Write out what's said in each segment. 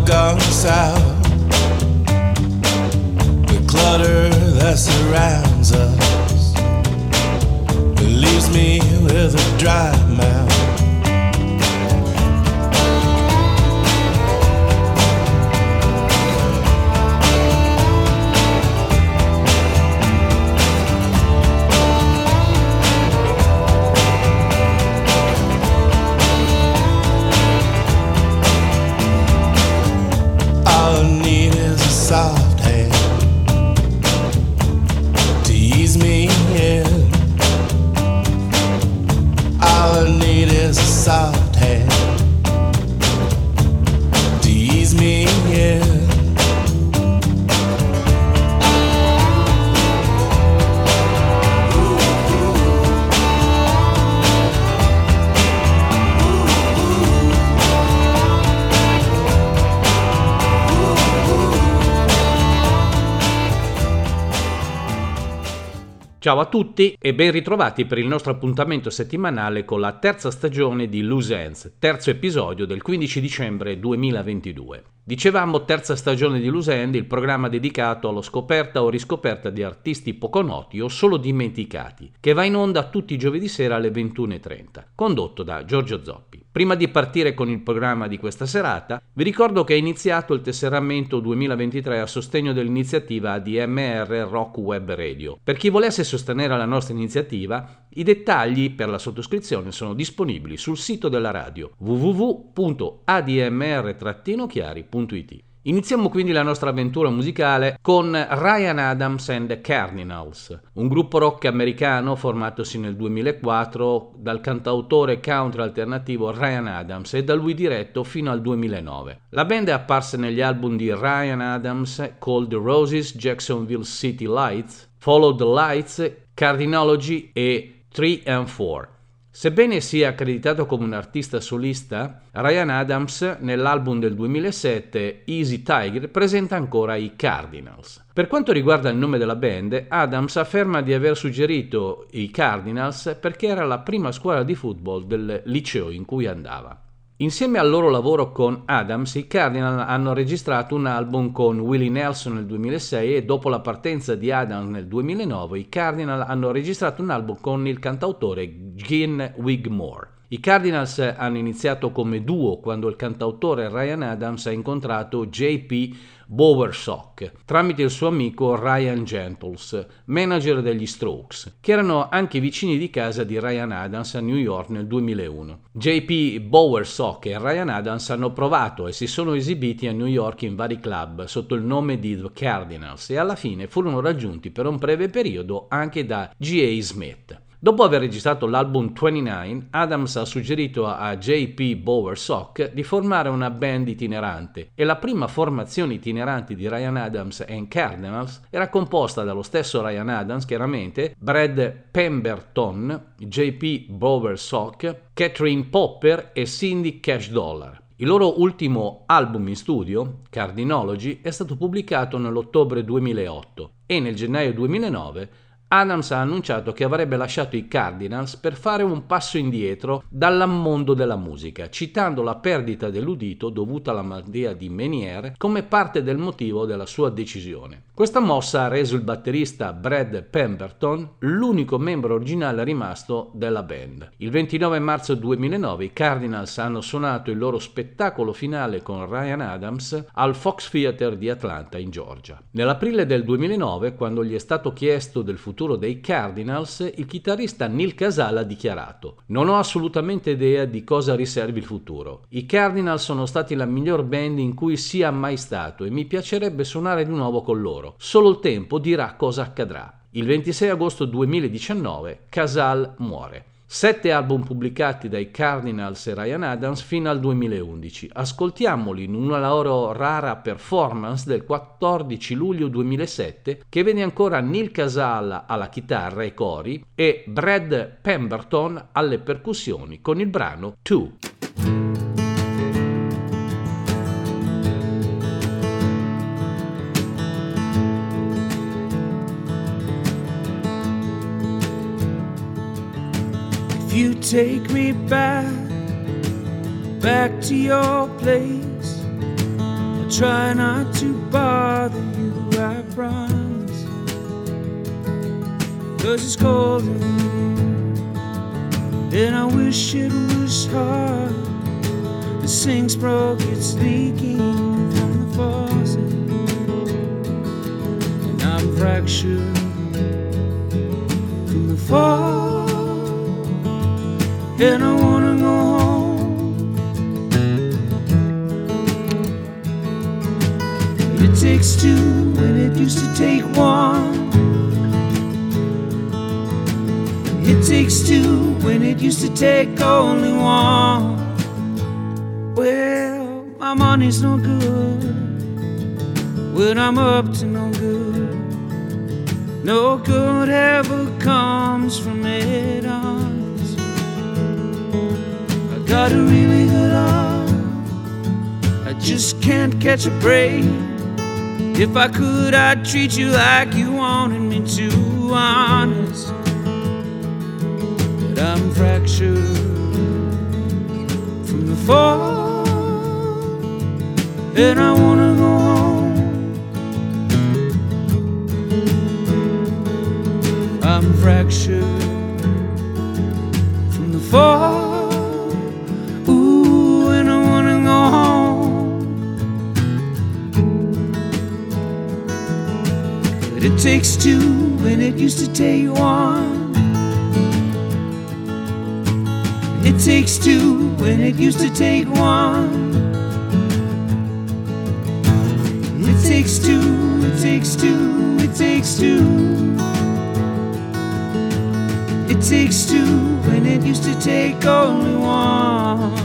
gone south. The clutter that surrounds us, it leaves me with a dry mouth. Soft hand to ease me in. All I need is a soft hand to ease me in. Ciao a tutti e ben ritrovati per il nostro appuntamento settimanale con la terza stagione di Loose Ends, terzo episodio del 15 dicembre 2022. Dicevamo terza stagione di Loose Ends, il programma dedicato alla scoperta o riscoperta di artisti poco noti o solo dimenticati, che va in onda tutti i giovedì sera alle 21:30, condotto da Giorgio Zoppi. Prima di partire con il programma di questa serata, vi ricordo che è iniziato il tesseramento 2023 a sostegno dell'iniziativa ADMR Rock Web Radio. Per chi volesse sostenere la nostra iniziativa, i dettagli per la sottoscrizione sono disponibili sul sito della radio www.admr-chiari.it. Iniziamo quindi la nostra avventura musicale con Ryan Adams and the Cardinals, un gruppo rock americano formatosi nel 2004 dal cantautore country alternativo Ryan Adams e da lui diretto fino al 2009. La band è apparsa negli album di Ryan Adams, Cold Roses, Jacksonville City Lights, Follow the Lights, Cardinology e 3 and 4. Sebbene sia accreditato come un artista solista, Ryan Adams nell'album del 2007 Easy Tiger presenta ancora i Cardinals. Per quanto riguarda il nome della band, Adams afferma di aver suggerito i Cardinals perché era la prima squadra di football del liceo in cui andava. Insieme al loro lavoro con Adams, i Cardinals hanno registrato un album con Willie Nelson nel 2006 e dopo la partenza di Adams nel 2009, i Cardinals hanno registrato un album con il cantautore Gene Wigmore. I Cardinals hanno iniziato come duo quando il cantautore Ryan Adams ha incontrato J.P. Bowersock tramite il suo amico Ryan Gentles, manager degli Strokes, che erano anche vicini di casa di Ryan Adams a New York nel 2001. J.P. Bowersock e Ryan Adams hanno provato e si sono esibiti a New York in vari club sotto il nome di The Cardinals e alla fine furono raggiunti per un breve periodo anche da G.A. Smith. Dopo aver registrato l'album 29, Adams ha suggerito a J.P. Bowersock di formare una band itinerante e la prima formazione itinerante di Ryan Adams and Cardinals era composta dallo stesso Ryan Adams, chiaramente, Brad Pemberton, J.P. Bowersock, Catherine Popper e Cindy Cash Dollar. Il loro ultimo album in studio, Cardinology, è stato pubblicato nell'ottobre 2008 e nel gennaio 2009 Adams ha annunciato che avrebbe lasciato i Cardinals per fare un passo indietro dal mondo della musica, citando la perdita dell'udito dovuta alla malattia di Meniere come parte del motivo della sua decisione. Questa mossa ha reso il batterista Brad Pemberton l'unico membro originale rimasto della band. Il 29 marzo 2009 i Cardinals hanno suonato il loro spettacolo finale con Ryan Adams al Fox Theater di Atlanta in Georgia. Nell'aprile del 2009, quando gli è stato chiesto del futuro dei Cardinals, il chitarrista Neal Casal ha dichiarato: "Non ho assolutamente idea di cosa riservi il futuro. I Cardinals sono stati la miglior band in cui sia mai stato e mi piacerebbe suonare di nuovo con loro. Solo il tempo dirà cosa accadrà." Il 26 agosto 2019 Casal muore. 7 album pubblicati dai Cardinals e Ryan Adams fino al 2011. Ascoltiamoli in una loro rara performance del 14 luglio 2007 che vede ancora Neal Casal alla chitarra e cori e Brad Pemberton alle percussioni con il brano Two. You take me back to your place. I try not to bother you, I promise. 'Cause it's cold in here, and I wish it was hard. The sink's broke, it's leaking from the faucet, and I'm fractured from the fall, and I wanna go home. It takes two when it used to take one. It takes two when it used to take only one. Well, my money's no good when I'm up to no good. No good ever comes from it, honest. I got a really good heart, I just can't catch a break. If I could, I'd treat you like you wanted me to, honest. But I'm fractured from the fall, and I wanna go home. I'm fractured from the fall, ooh, and I wanna go home. But it takes two when it used to take one. It takes two when it used to take one. It takes two, it takes two, it takes two. It takes two when it used to take only one.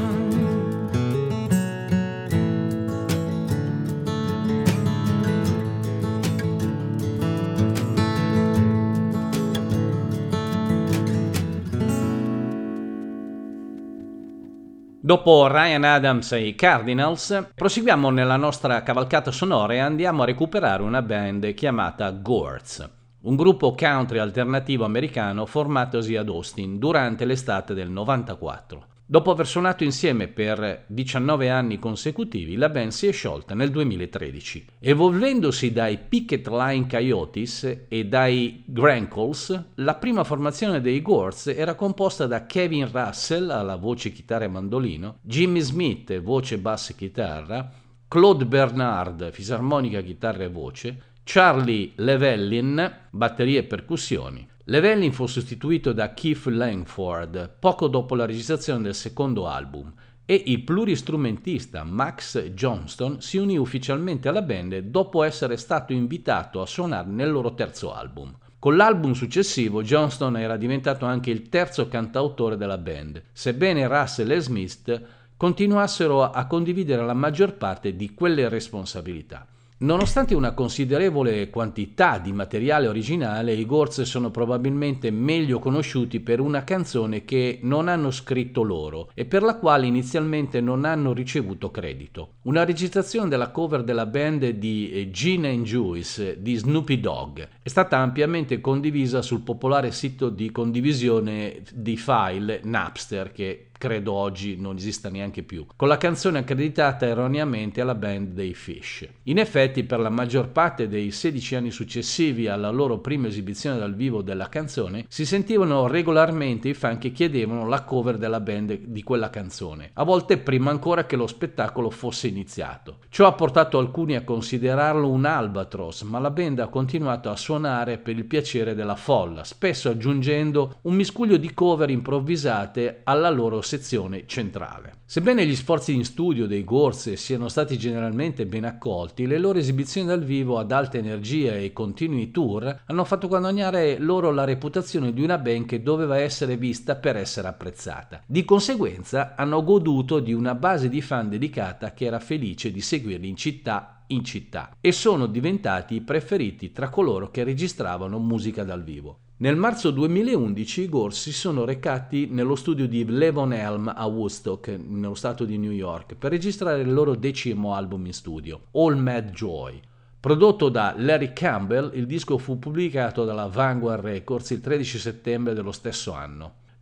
Dopo Ryan Adams e i Cardinals, proseguiamo nella nostra cavalcata sonora e andiamo a recuperare una band chiamata Gourds, un gruppo country alternativo americano formatosi ad Austin durante l'estate del 94. Dopo aver suonato insieme per 19 anni consecutivi, la band si è sciolta nel 2013. Evolvendosi dai Picket Line Coyotes e dai Grankles, la prima formazione dei Gourds era composta da Kevin Russell alla voce, chitarra e mandolino, Jimmy Smith, voce, basso e chitarra, Claude Bernard, fisarmonica, chitarra e voce, Charlie Llewellyn, batterie e percussioni. Llewellyn fu sostituito da Keith Langford poco dopo la registrazione del secondo album e il pluristrumentista Max Johnston si unì ufficialmente alla band dopo essere stato invitato a suonare nel loro terzo album. Con l'album successivo Johnston era diventato anche il terzo cantautore della band, sebbene Russell e Smith continuassero a condividere la maggior parte di quelle responsabilità. Nonostante una considerevole quantità di materiale originale, i Gourds sono probabilmente meglio conosciuti per una canzone che non hanno scritto loro e per la quale inizialmente non hanno ricevuto credito. Una registrazione della cover della band di Gin and Juice di Snoopy Dogg è stata ampiamente condivisa sul popolare sito di condivisione di file Napster, che credo oggi non esista neanche più, con la canzone accreditata erroneamente alla band dei Fish. In effetti, per la maggior parte dei 16 anni successivi alla loro prima esibizione dal vivo della canzone, si sentivano regolarmente i fan che chiedevano la cover della band di quella canzone, a volte prima ancora che lo spettacolo fosse iniziato. Ciò ha portato alcuni a considerarlo un albatros, ma la band ha continuato a suonare per il piacere della folla, spesso aggiungendo un miscuglio di cover improvvisate alla loro sezione centrale. Sebbene gli sforzi in studio dei Gourds siano stati generalmente ben accolti, le loro esibizioni dal vivo ad alta energia e continui tour hanno fatto guadagnare loro la reputazione di una band che doveva essere vista per essere apprezzata. Di conseguenza hanno goduto di una base di fan dedicata che era felice di seguirli in città e sono diventati i preferiti tra coloro che registravano musica dal vivo. Nel marzo 2011 i Gourds si sono recati nello studio di Levon Helm a Woodstock, nello stato di New York, per registrare il loro 10° album in studio, All Mad Joy. Prodotto da Larry Campbell, il disco fu pubblicato dalla Vanguard Records il 13 settembre dello stesso anno.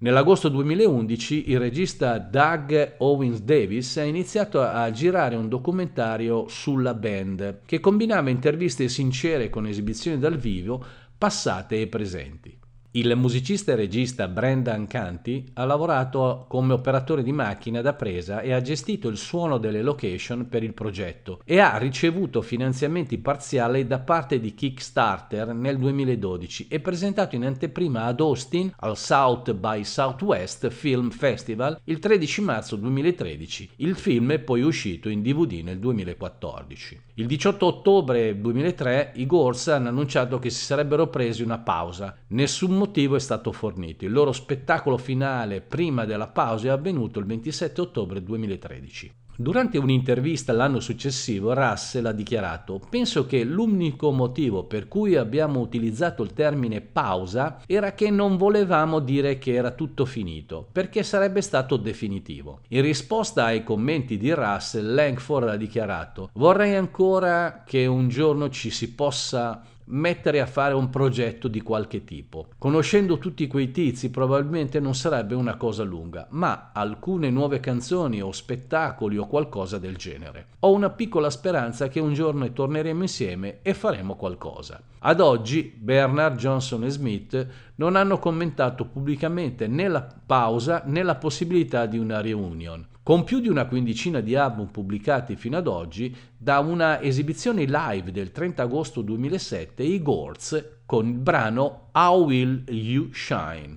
Nell'agosto 2011 il regista Doug Owens Davis ha iniziato a girare un documentario sulla band che combinava interviste sincere con esibizioni dal vivo passate e presenti. Il musicista e regista Brendan Canty ha lavorato come operatore di macchina da presa e ha gestito il suono delle location per il progetto e ha ricevuto finanziamenti parziali da parte di Kickstarter nel 2012 e presentato in anteprima ad Austin al South by Southwest Film Festival il 13 marzo 2013. Il film è poi uscito in DVD nel 2014. Il 18 ottobre 2003 i Gourds hanno annunciato che si sarebbero presi una pausa. Nessun motivo è stato fornito. Il loro spettacolo finale prima della pausa è avvenuto il 27 ottobre 2013. Durante un'intervista l'anno successivo Russell ha dichiarato: penso che l'unico motivo per cui abbiamo utilizzato il termine pausa era che non volevamo dire che era tutto finito, perché sarebbe stato definitivo. In risposta ai commenti di Russell, Langford ha dichiarato: vorrei ancora che un giorno ci si possa mettere a fare un progetto di qualche tipo. Conoscendo tutti quei tizi probabilmente non sarebbe una cosa lunga, ma alcune nuove canzoni o spettacoli o qualcosa del genere. Ho una piccola speranza che un giorno torneremo insieme e faremo qualcosa. Ad oggi Bernard, Johnson e Smith non hanno commentato pubblicamente né la pausa né la possibilità di una reunion. Con più di una quindicina di album pubblicati fino ad oggi, da una esibizione live del 30 agosto 2007, i Gourds con il brano How Will You Shine.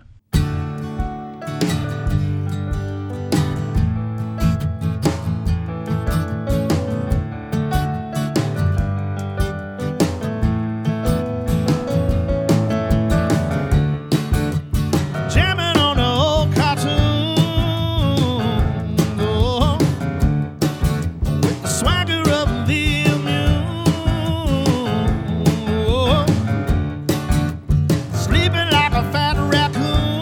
Sleeping like a fat raccoon.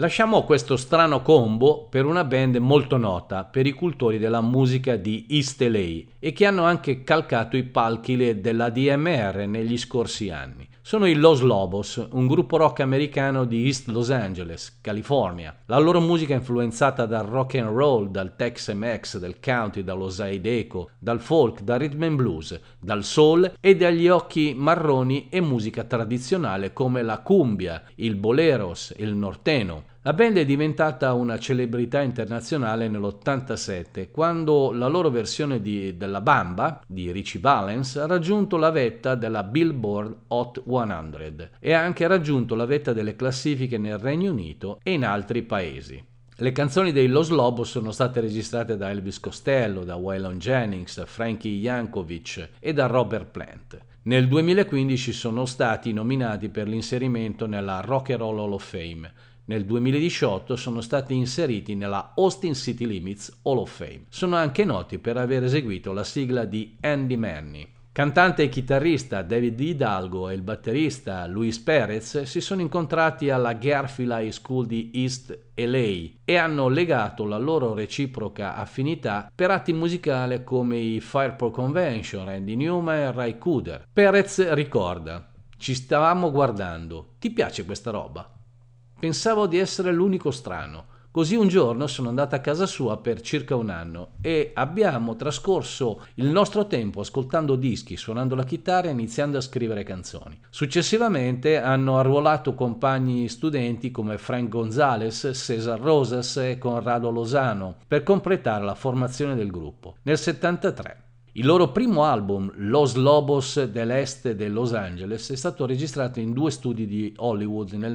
Lasciamo questo strano combo per una band molto nota per i cultori della musica di East LA e che hanno anche calcato i palchi della DMR negli scorsi anni. Sono i Los Lobos, un gruppo rock americano di East Los Angeles, California. La loro musica è influenzata dal rock and roll, dal Tex-Mex, dal country, dallo zydeco, dal folk, dal rhythm and blues, dal soul e dagli occhi marroni e musica tradizionale come la cumbia, il boleros, il norteno. La band è diventata una celebrità internazionale nell'87 quando la loro versione della Bamba di Ritchie Valens ha raggiunto la vetta della Billboard Hot 100 e ha anche raggiunto la vetta delle classifiche nel Regno Unito e in altri paesi. Le canzoni dei Los Lobos sono state registrate da Elvis Costello, da Waylon Jennings, da Frankie Yankovic e da Robert Plant. Nel 2015 sono stati nominati per l'inserimento nella Rock and Roll Hall of Fame. Nel 2018 sono stati inseriti nella Austin City Limits Hall of Fame. Sono anche noti per aver eseguito la sigla di Andy Manny. Cantante e chitarrista David Hidalgo e il batterista Luis Perez si sono incontrati alla Garfield High School di East LA e hanno legato la loro reciproca affinità per atti musicali come i Fairport Convention, Randy Newman e Ray Cooder. Perez ricorda: "Ci stavamo guardando, ti piace questa roba?" Pensavo di essere l'unico strano, così un giorno sono andata a casa sua per circa un anno e abbiamo trascorso il nostro tempo ascoltando dischi, suonando la chitarra e iniziando a scrivere canzoni. Successivamente hanno arruolato compagni studenti come Frank Gonzalez, Cesar Rosas e Conrado Lozano per completare la formazione del gruppo. Nel 73 il loro primo album, Los Lobos del Este de Los Angeles, è stato registrato in 2 studi di Hollywood nel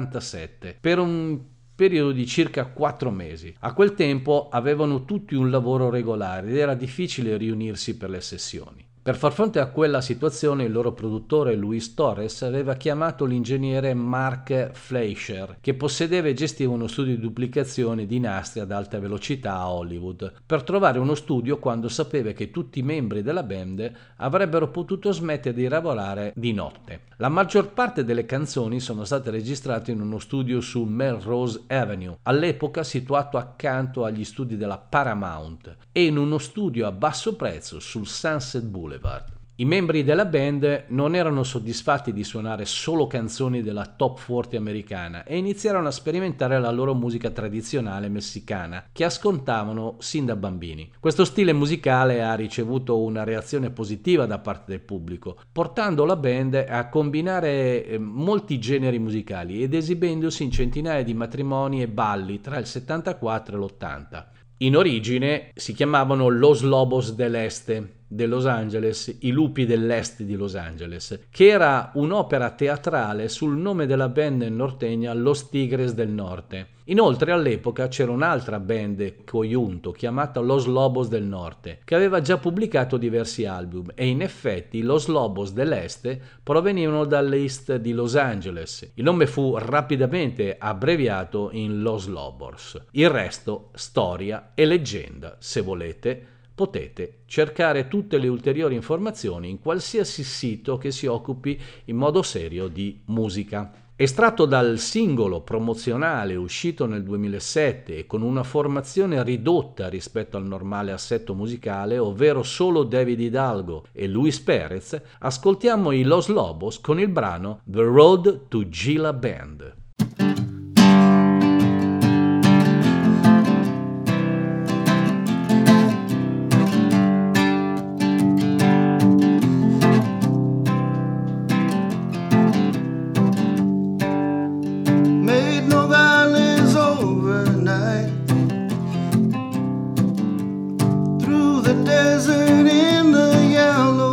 77 per un periodo di circa 4 mesi. A quel tempo avevano tutti un lavoro regolare ed era difficile riunirsi per le sessioni. Per far fronte a quella situazione il loro produttore Luis Torres aveva chiamato l'ingegnere Mark Fleischer, che possedeva e gestiva uno studio di duplicazione di nastri ad alta velocità a Hollywood, per trovare uno studio quando sapeva che tutti i membri della band avrebbero potuto smettere di lavorare di notte. La maggior parte delle canzoni sono state registrate in uno studio su Melrose Avenue, all'epoca situato accanto agli studi della Paramount, e in uno studio a basso prezzo sul Sunset Boulevard. I membri della band non erano soddisfatti di suonare solo canzoni della top 40 americana e iniziarono a sperimentare la loro musica tradizionale messicana che ascoltavano sin da bambini. Questo stile musicale ha ricevuto una reazione positiva da parte del pubblico, portando la band a combinare molti generi musicali ed esibendosi in centinaia di matrimoni e balli tra il 74 e l'80. In origine si chiamavano Los Lobos del Este de Los Angeles, i lupi dell'est di Los Angeles, che era un'opera teatrale sul nome della band nortegna Los Tigres del Norte. Inoltre all'epoca c'era un'altra band congiunto chiamata Los Lobos del Norte, che aveva già pubblicato diversi album e in effetti Los Lobos dell'Est provenivano dall'est di Los Angeles. Il nome fu rapidamente abbreviato in Los Lobos. Il resto, storia e leggenda, se volete. Potete cercare tutte le ulteriori informazioni in qualsiasi sito che si occupi in modo serio di musica. Estratto dal singolo promozionale uscito nel 2007 e con una formazione ridotta rispetto al normale assetto musicale, ovvero solo David Hidalgo e Luis Perez, ascoltiamo i Los Lobos con il brano The Road to Gila Band.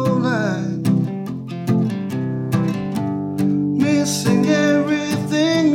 Missing everything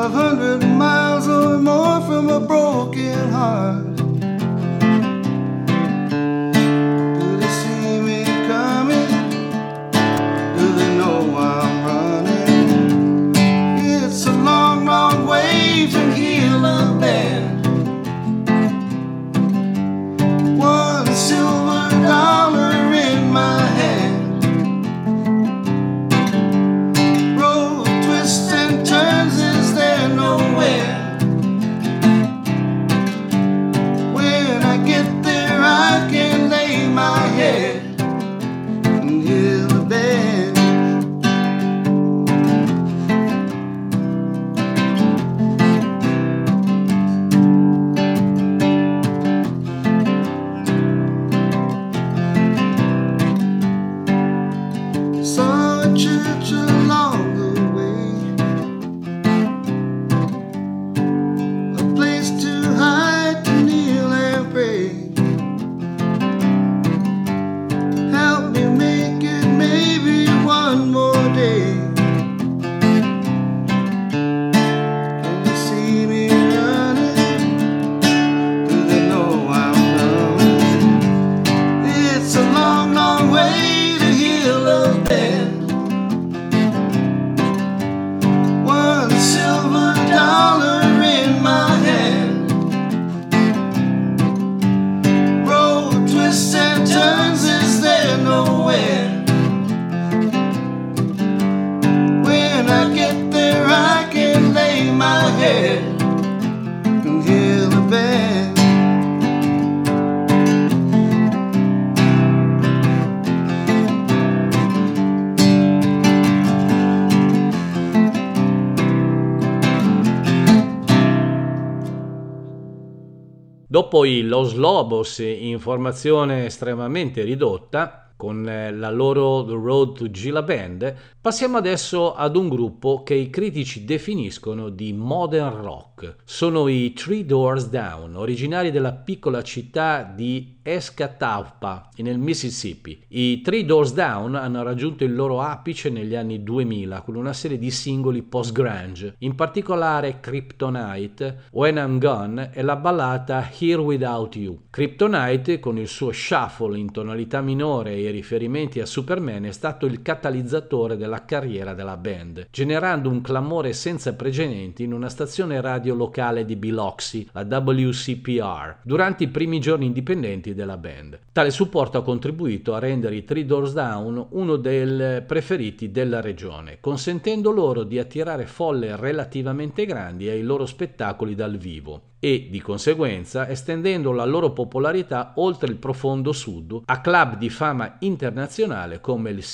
500 miles or more from a broken heart. Do they see me coming? Do they know I'm running? It's a long, long way from here to there. One silver dollar in my hand. Road twists and turns, is there nowhere? When I get there I can lay my head and hear the band. Saw a church along the way, a place to hide, to kneel and pray. Help me make it maybe one more day. Can you see me running? Do they know I'm coming? It's a long, long way to Hill of Bend. One silver dollar in my hand. Road twists and turns, is there nowhere? When I get there I can lay my head and hear the band. Dopo i Los Lobos in formazione estremamente ridotta, con la loro The Road to Gila Band, passiamo adesso ad un gruppo che i critici definiscono di modern rock. Sono i Three Doors Down, originari della piccola città di Escatawpa, nel Mississippi. I Three Doors Down hanno raggiunto il loro apice negli anni 2000 con una serie di singoli post-grunge, in particolare Kryptonite, When I'm Gone e la ballata Here Without You. Kryptonite, con il suo shuffle in tonalità minore e i riferimenti a Superman, è stato il catalizzatore della carriera della band, generando un clamore senza precedenti in una stazione radio locale di Biloxi, la WCPR, durante i primi giorni indipendenti della band. Tale supporto ha contribuito a rendere i Three Doors Down uno dei preferiti della regione, consentendo loro di attirare folle relativamente grandi ai loro spettacoli dal vivo e, di conseguenza, estendendo la loro popolarità oltre il profondo sud a club di fama internazionale come il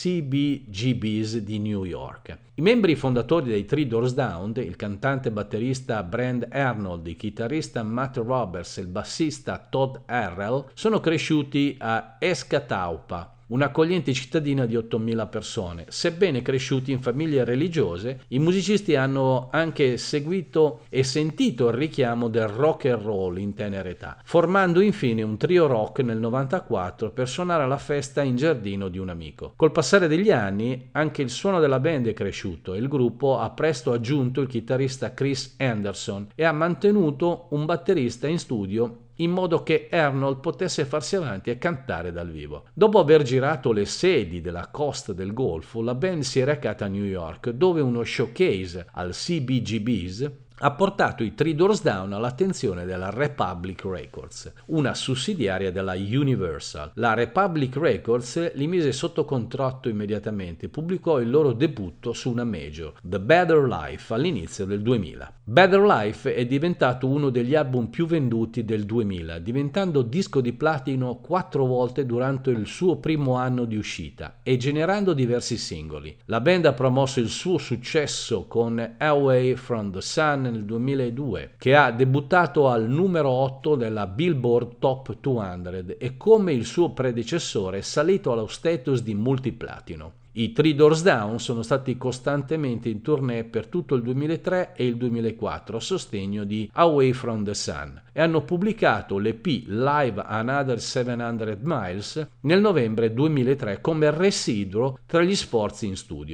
CBGB's di New York. I membri fondatori dei Three Doors Down, il cantante e batterista Brand Arnold, il chitarrista Matt Roberts e il bassista Todd Harrell, sono cresciuti a Escatawpa, un'accogliente cittadina di 8.000 persone. Sebbene cresciuti in famiglie religiose, i musicisti hanno anche seguito e sentito il richiamo del rock and roll in tenera età, formando infine un trio rock nel 94 per suonare alla festa in giardino di un amico. Col passare degli anni anche il suono della band è cresciuto e il gruppo ha presto aggiunto il chitarrista Chris Anderson e ha mantenuto un batterista in studio in modo che Arnold potesse farsi avanti e cantare dal vivo. Dopo aver girato le sedi della costa del Golfo, la band si è recata a New York, dove uno showcase al CBGB's ha portato i Three Doors Down all'attenzione della Republic Records, una sussidiaria della Universal. La Republic Records li mise sotto contratto immediatamente e pubblicò il loro debutto su una major, The Better Life, all'inizio del 2000. Better Life è diventato uno degli album più venduti del 2000, diventando disco di platino 4 volte durante il suo primo anno di uscita e generando diversi singoli. La band ha promosso il suo successo con Away from the Sun nel 2002, che ha debuttato al numero 8 della Billboard Top 200 e, come il suo predecessore, è salito allo status di multiplatino. I Three Doors Down sono stati costantemente in tournée per tutto il 2003 e il 2004 a sostegno di Away from the Sun e hanno pubblicato l'EP Live Another 700 Miles nel novembre 2003 come residuo tra gli sforzi in studio.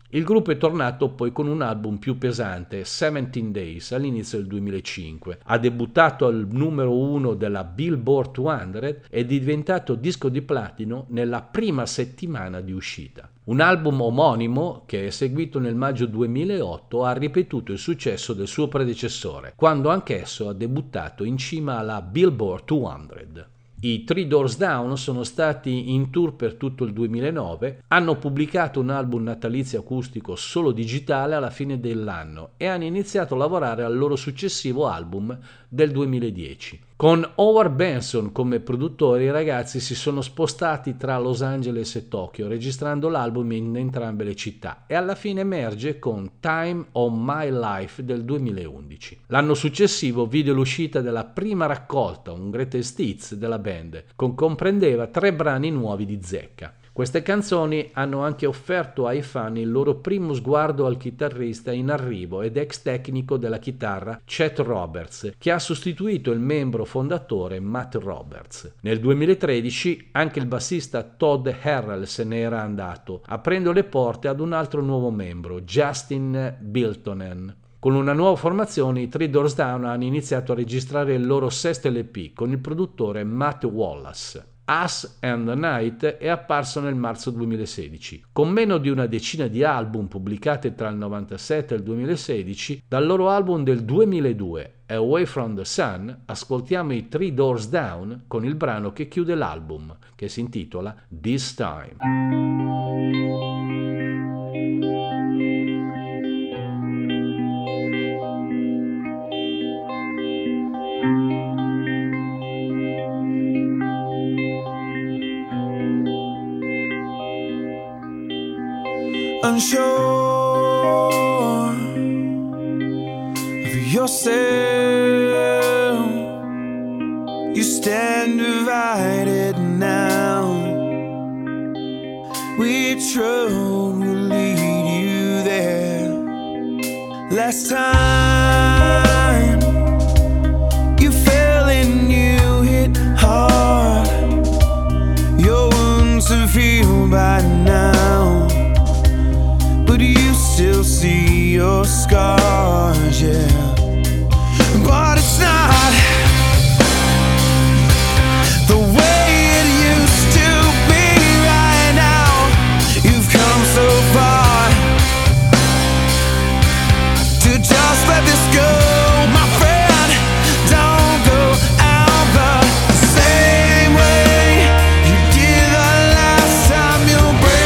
Il gruppo è tornato poi con un album più pesante, 17 Days, all'inizio del 2005. Ha debuttato al numero 1 della Billboard 200 ed è diventato disco di platino nella prima settimana di uscita. Un album omonimo, che è seguito nel maggio 2008, ha ripetuto il successo del suo predecessore, quando anch'esso ha debuttato in cima alla Billboard 200. I Three Doors Down sono stati in tour per tutto il 2009, hanno pubblicato un album natalizio acustico solo digitale alla fine dell'anno e hanno iniziato a lavorare al loro successivo album del 2010. Con Howard Benson come produttore, i ragazzi si sono spostati tra Los Angeles e Tokyo, registrando l'album in entrambe le città, e alla fine emerge con Time of My Life del 2011. L'anno successivo vide l'uscita della prima raccolta, un greatest hits della band, comprendeva 3 brani nuovi di zecca. Queste canzoni hanno anche offerto ai fan il loro primo sguardo al chitarrista in arrivo ed ex tecnico della chitarra Chet Roberts, che ha sostituito il membro fondatore Matt Roberts. Nel 2013 anche il bassista Todd Harrell se ne era andato, aprendo le porte ad un altro nuovo membro, Justin Biltonen. Con una nuova formazione, i Three Doors Down hanno iniziato a registrare il loro sesto LP con il produttore Matt Wallace. Us and the Night è apparso nel marzo 2016. Con meno di una decina di album pubblicati tra il 97 e il 2016, dal loro album del 2002, Away from the Sun, ascoltiamo i Three Doors Down con il brano che chiude l'album, che si intitola This Time. Unsure of yourself, you stand divided now. Which road will lead you there? Last time you fell and you hit hard. Your wounds have healed by now, but you still see your scars, yeah. But it's not the way it used to be right now. You've come so far to just let this go, my friend. Don't go out the same way you did the last time. You'll break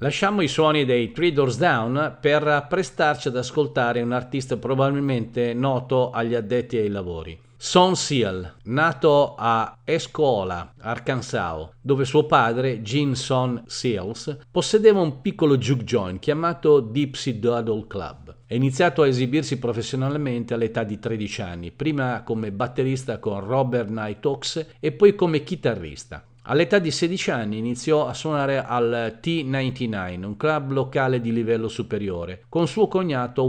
Lasciamo i suoni dei Three Doors Down per prestarci ad ascoltare un artista probabilmente noto agli addetti ai lavori. Son Seal, nato a Escola, Arkansas, dove suo padre, Gene Son Seals, possedeva un piccolo juke joint chiamato Dipsy Doodle Club. È iniziato a esibirsi professionalmente all'età di 13 anni, prima come batterista con Robert Nighthawks e poi come chitarrista. All'età di 16 anni iniziò a suonare al T99, un club locale di livello superiore, con suo cognato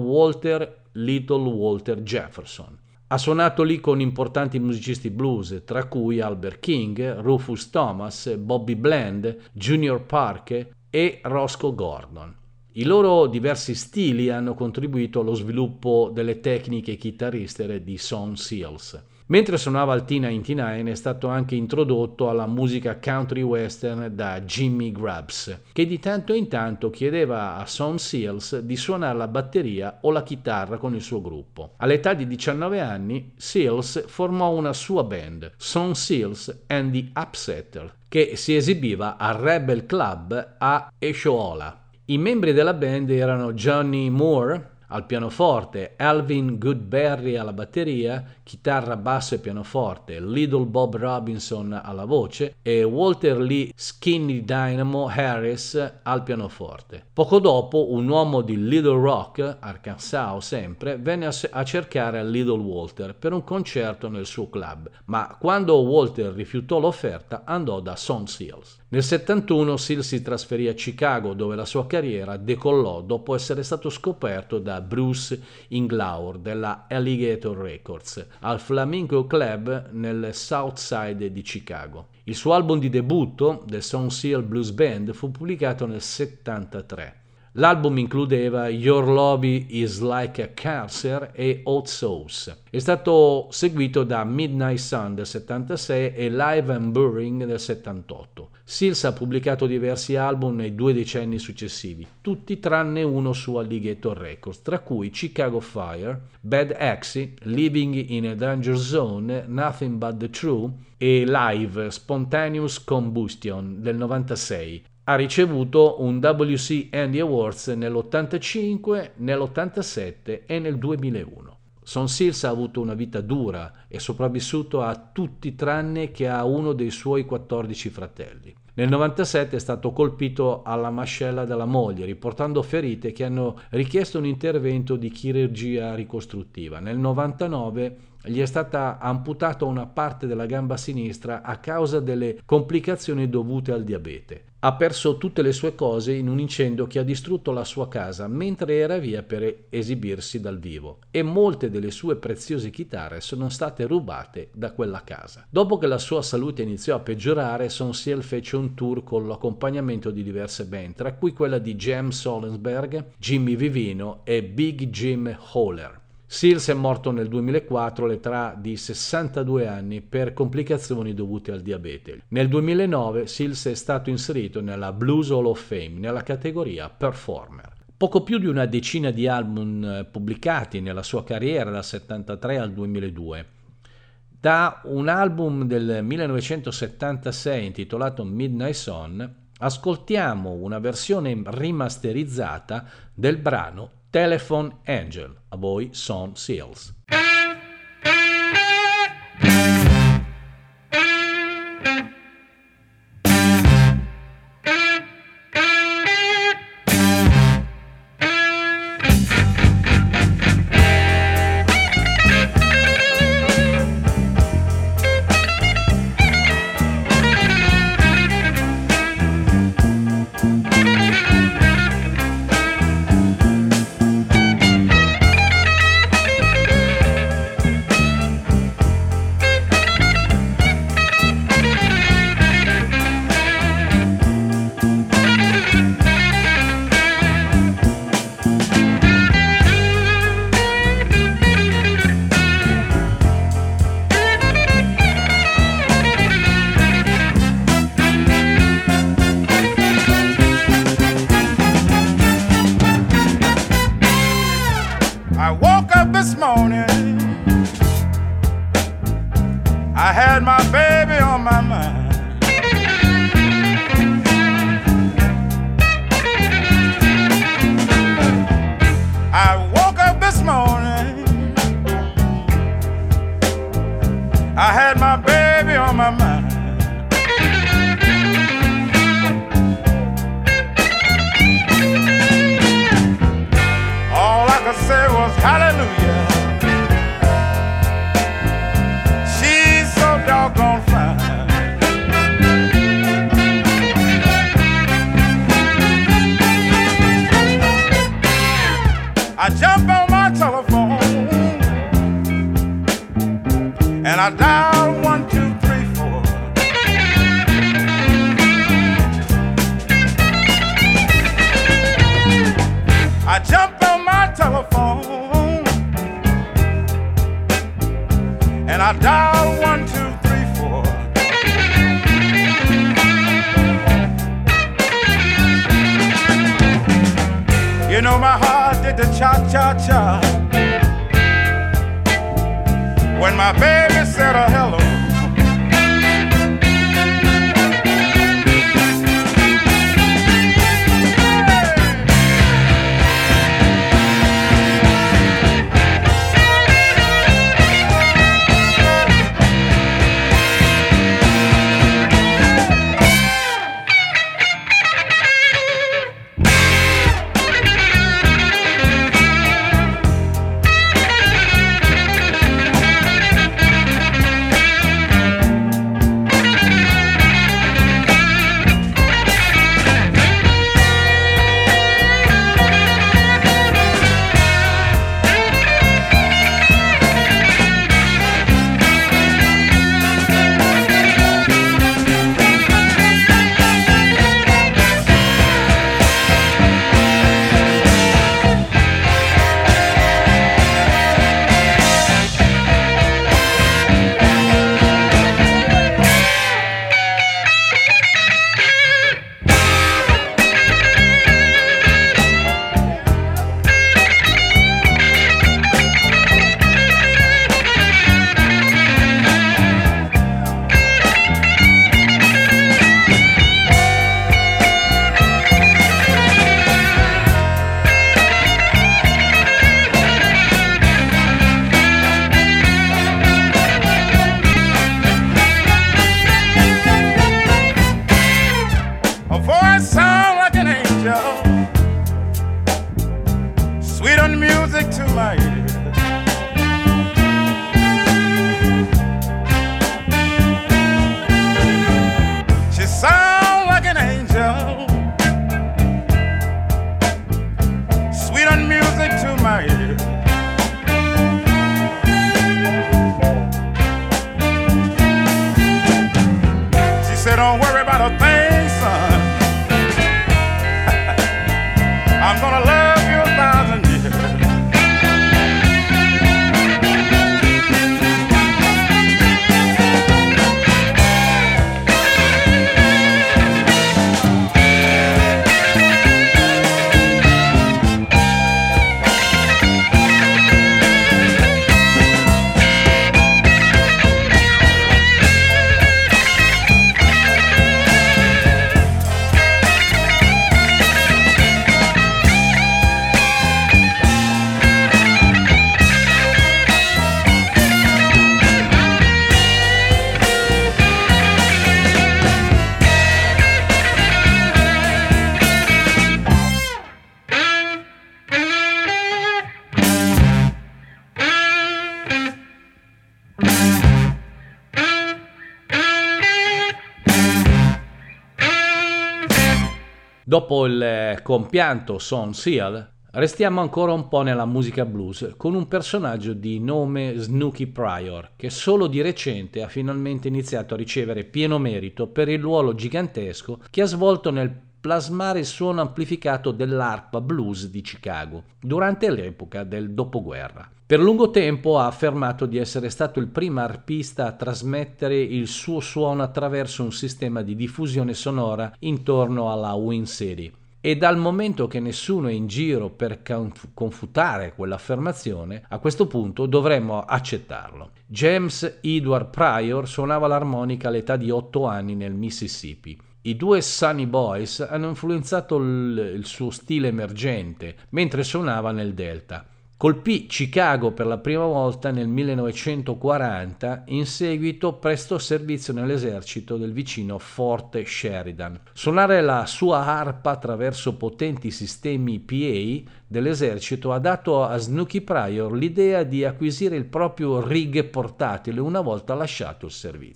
Little Walter Jefferson. Ha suonato lì con importanti musicisti blues, tra cui Albert King, Rufus Thomas, Bobby Bland, Junior Parker e Roscoe Gordon. I loro diversi stili hanno contribuito allo sviluppo delle tecniche chitarristere di Son Seals. Mentre suonava al T99 è stato anche introdotto alla musica country western da Jimmy Grubbs, che di tanto in tanto chiedeva a Son Seals di suonare la batteria o la chitarra con il suo gruppo. All'età di 19 anni, Seals formò una sua band, Son Seals and the Upsetter, che si esibiva al Rebel Club a Osceola. I membri della band erano Johnny Moore al pianoforte, Alvin Goodberry alla batteria, chitarra, basso e pianoforte, Little Bob Robinson alla voce e Walter Lee Skinny Dynamo Harris al pianoforte. Poco dopo un uomo di Little Rock, Arkansas sempre, venne a cercare Little Walter per un concerto nel suo club, ma quando Walter rifiutò l'offerta andò da Son Seals. Nel 71 Seals si trasferì a Chicago, dove la sua carriera decollò dopo essere stato scoperto da Bruce Inglour della Alligator Records al Flamingo Club nel South Side di Chicago. Il suo album di debutto, The Son Seal Blues Band, fu pubblicato nel 73. L'album includeva Your Lobby is Like a Cancer e Hot Sauce. È stato seguito da Midnight Sun del 76 e Live and Burning del 78. Seals ha pubblicato diversi album nei 2 decenni successivi, tutti tranne uno su Alligator Records, tra cui Chicago Fire, Bad Axie, Living in a Danger Zone, Nothing But the Truth e Live Spontaneous Combustion del 96. Ha ricevuto un WC Andy Awards nell'85, nell'87 e nel 2001. Son Seals ha avuto una vita dura e sopravvissuto a tutti tranne che a uno dei suoi 14 fratelli. Nel 97 è stato colpito alla mascella dalla moglie, riportando ferite che hanno richiesto un intervento di chirurgia ricostruttiva. Nel 99 gli è stata amputata una parte della gamba sinistra a causa delle complicazioni dovute al diabete. Ha perso tutte le sue cose in un incendio che ha distrutto la sua casa mentre era via per esibirsi dal vivo e molte delle sue preziose chitarre sono state rubate da quella casa. Dopo che la sua salute iniziò a peggiorare, Son Seals fece un tour con l'accompagnamento di diverse band, tra cui quella di James Solensberg, Jimmy Vivino e Big Jim Howler. Seals è morto nel 2004 all'età di 62 anni per complicazioni dovute al diabete. Nel 2009 Seals è stato inserito nella Blues Hall of Fame nella categoria Performer. Poco più di una decina di album pubblicati nella sua carriera dal 73 al 2002. Da un album del 1976 intitolato Midnight Sun ascoltiamo una versione rimasterizzata del brano Telephone Angel. A voi Son Seals. I jump on my telephone and I dial 1, 2, 3, 4. I jump on my telephone and I dial 1, 2, 3, 4. You know my heart did the cha-cha-cha when my baby said a hello. Don't worry about a thing, son. I'm gonna love you 1,000 years. Dopo il compianto Son Seal, restiamo ancora un po' nella musica blues con un personaggio di nome Snooky Pryor, che solo di recente ha finalmente iniziato a ricevere pieno merito per il ruolo gigantesco che ha svolto nel plasmare il suono amplificato dell'arpa blues di Chicago durante l'epoca del dopoguerra. Per lungo tempo ha affermato di essere stato il primo arpista a trasmettere il suo suono attraverso un sistema di diffusione sonora intorno alla Wind City. E dal momento che nessuno è in giro per confutare quell'affermazione, a questo punto dovremmo accettarlo. James Edward Pryor suonava l'armonica all'età di 8 anni nel Mississippi. I due Sonny Boys hanno influenzato il suo stile emergente mentre suonava nel Delta. Colpì Chicago per la prima volta nel 1940, in seguito prestò servizio nell'esercito del vicino Fort Sheridan. Suonare la sua arpa attraverso potenti sistemi PA dell'esercito ha dato a Snooky Pryor l'idea di acquisire il proprio rig portatile una volta lasciato il servizio.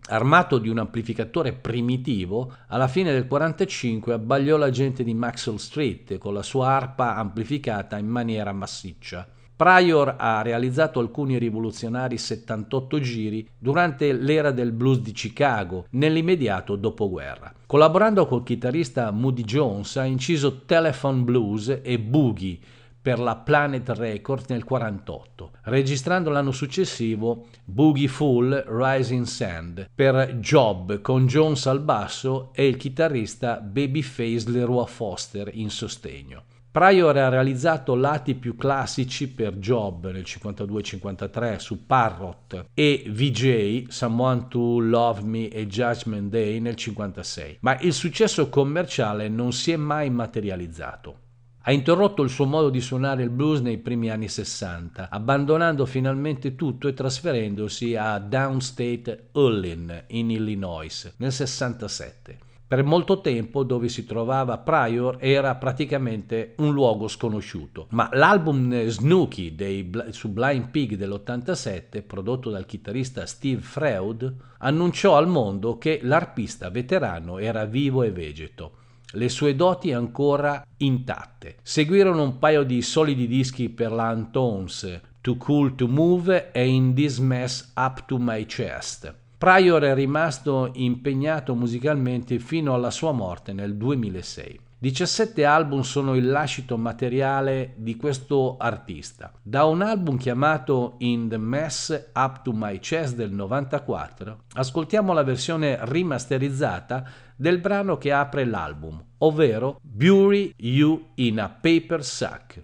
armato di un amplificatore primitivo, alla fine del 1945 abbagliò la gente di Maxwell Street con la sua arpa amplificata in maniera massiccia. Pryor ha realizzato alcuni rivoluzionari 78 giri durante l'era del blues di Chicago, nell'immediato dopoguerra. Collaborando col chitarrista Moody Jones ha inciso Telephone Blues e Boogie per la Planet Records nel 1948, registrando l'anno successivo Boogie Full Rising Sand per Job con Jones al basso e il chitarrista Babyface Leroy Foster in sostegno. Pryor ha realizzato lati più classici per Job nel 52-53 su Parrot e VJ, Someone to Love Me e Judgment Day nel 56, ma il successo commerciale non si è mai materializzato. Ha interrotto il suo modo di suonare il blues nei primi anni 60, abbandonando finalmente tutto e trasferendosi a Downstate Ullin, in Illinois, nel 67. Per molto tempo dove si trovava Pryor era praticamente un luogo sconosciuto, ma l'album Snooky su Blind Pig dell'87, prodotto dal chitarrista Steve Freud, annunciò al mondo che l'arpista veterano era vivo e vegeto, le sue doti ancora intatte. Seguirono un paio di solidi dischi per la Antones, Too Cool to Move e In This Mess Up to My Chest. Pryor è rimasto impegnato musicalmente fino alla sua morte nel 2006. 17 album sono il lascito materiale di questo artista. Da un album chiamato In the Mess Up to My Chest del 94, ascoltiamo la versione rimasterizzata del brano che apre l'album, ovvero Bury You in a Paper Sack.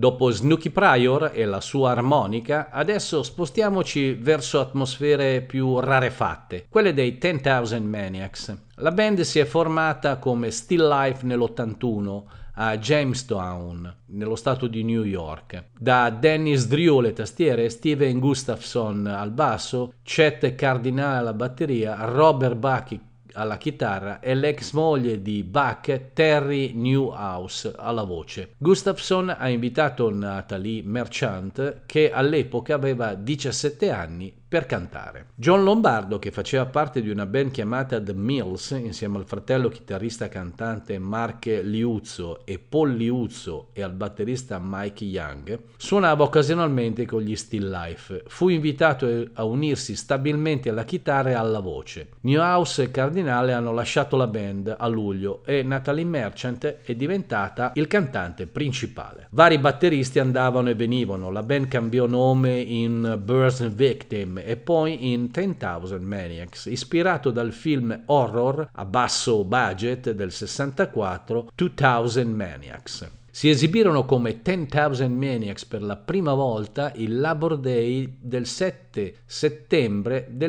Dopo Snooky Pryor e la sua armonica, adesso spostiamoci verso atmosfere più rarefatte, quelle dei 10,000 Maniacs. La band si è formata come Still Life nell'81 a Jamestown, nello stato di New York. Da Dennis Drew alle tastiere, Steven Gustafson al basso, Chet Cardinale alla batteria, Robert Buck alla chitarra e l'ex moglie di Buck, Terry Newhouse, alla voce. Gustafson ha invitato Natalie Merchant, che all'epoca aveva 17 anni, per cantare. John Lombardo, che faceva parte di una band chiamata The Mills, insieme al fratello chitarrista cantante Mark Liuzzo e Paul Liuzzo e al batterista Mike Young, suonava occasionalmente con gli Still Life. Fu invitato a unirsi stabilmente alla chitarra e alla voce. Newhouse e Cardinale hanno lasciato la band a luglio e Natalie Merchant è diventata il cantante principale. Vari batteristi andavano e venivano, la band cambiò nome in Burst Victim e poi in 10,000 Maniacs, ispirato dal film horror a basso budget del 64 2000 Maniacs. Si esibirono come 10,000 Maniacs per la prima volta il Labor Day del 7 settembre del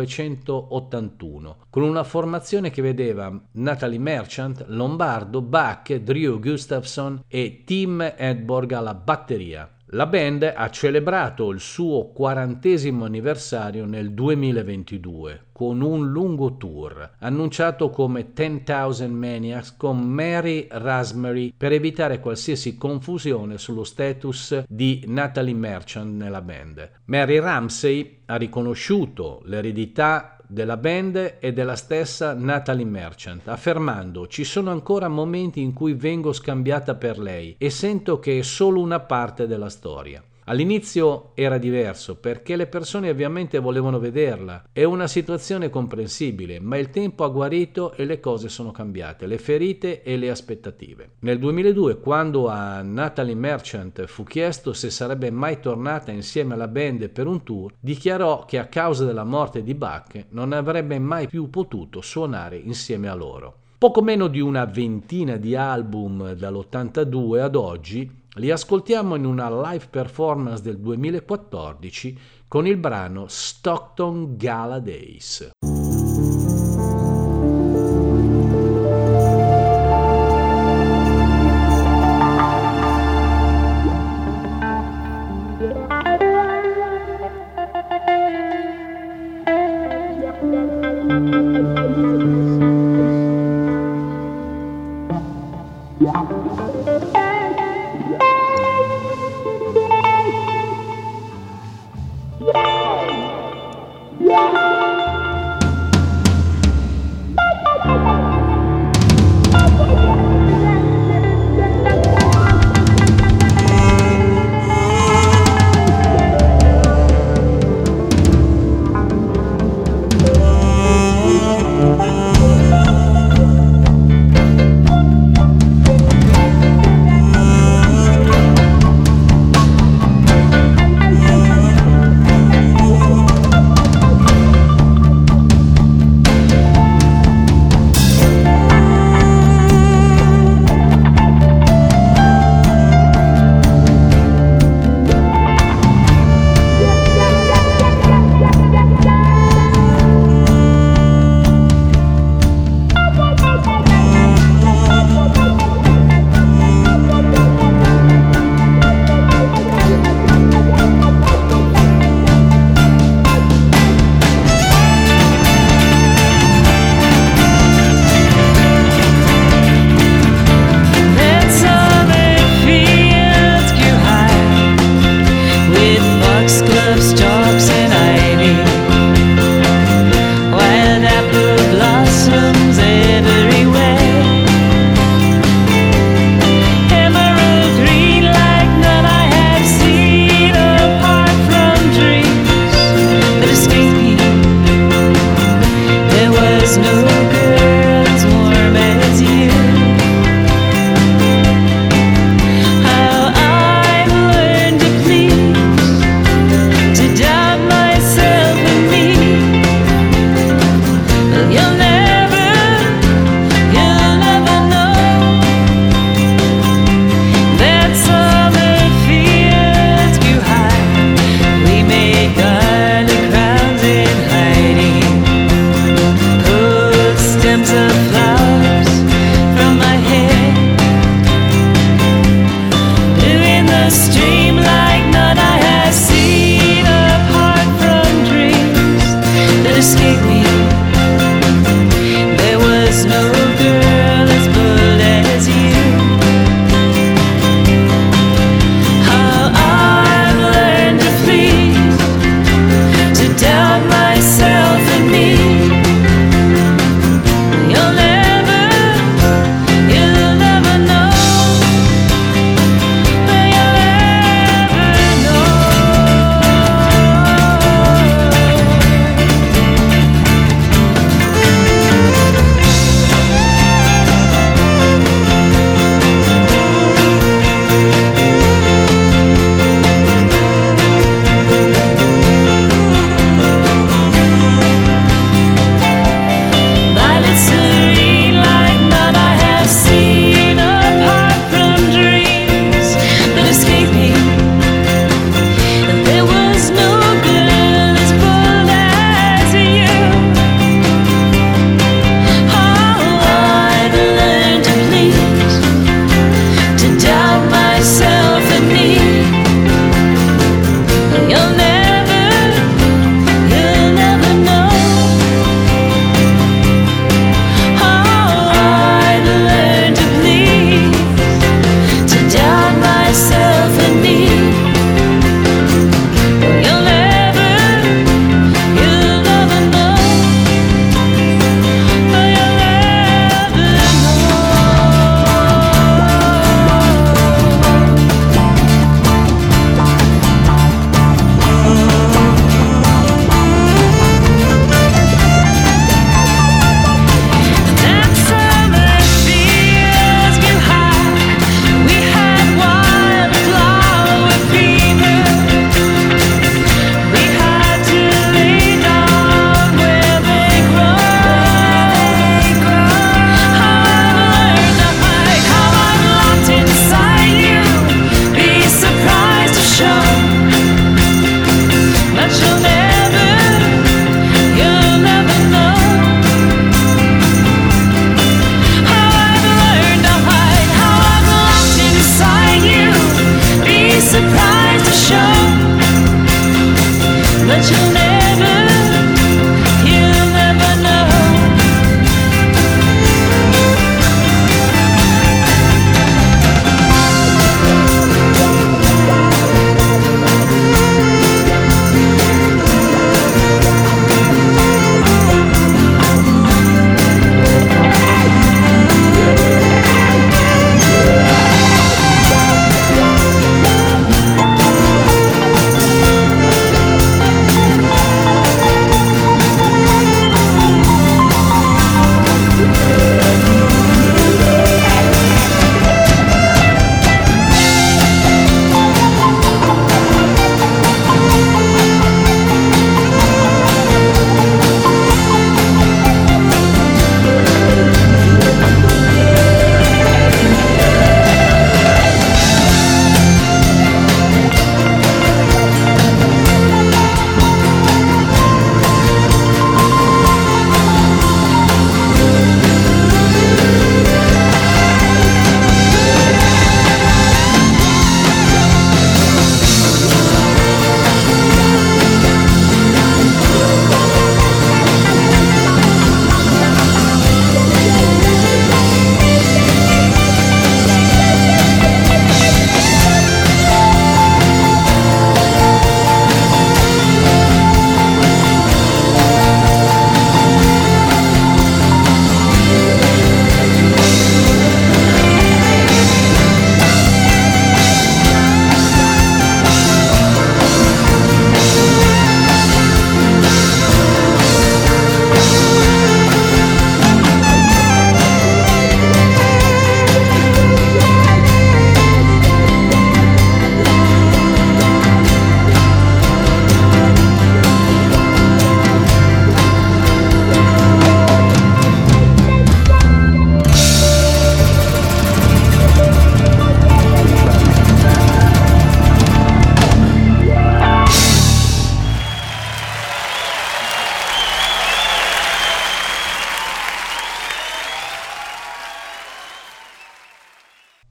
1981, con una formazione che vedeva Natalie Merchant, Lombardo, Buck, Drew Gustafson e Tim Edborg alla batteria. La band ha celebrato il suo 40° anniversario nel 2022 con un lungo tour, annunciato come 10,000 Maniacs con Mary Rosemary per evitare qualsiasi confusione sullo status di Natalie Merchant nella band. Mary Ramsey ha riconosciuto l'eredità della band e della stessa Natalie Merchant, affermando: ci sono ancora momenti in cui vengo scambiata per lei e sento che è solo una parte della storia. All'inizio era diverso perché le persone ovviamente volevano vederla, è una situazione comprensibile, ma il tempo ha guarito e le cose sono cambiate, le ferite e le aspettative. Nel 2002, quando a Natalie Merchant fu chiesto se sarebbe mai tornata insieme alla band per un tour, dichiarò che a causa della morte di Buck non avrebbe mai più potuto suonare insieme a loro. Poco meno di una ventina di album dall'82 ad oggi li ascoltiamo in una live performance del 2014 con il brano Stockton Gala Days.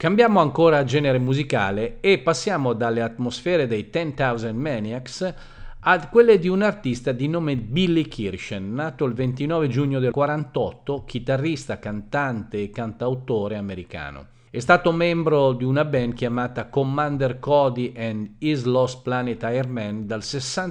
Cambiamo ancora genere musicale e passiamo dalle atmosfere dei 10,000 Maniacs a quelle di un artista di nome Billy Kirschen, nato il 29 giugno del 48, chitarrista, cantante e cantautore americano. È stato membro di una band chiamata Commander Cody and His Lost Planet Airmen dal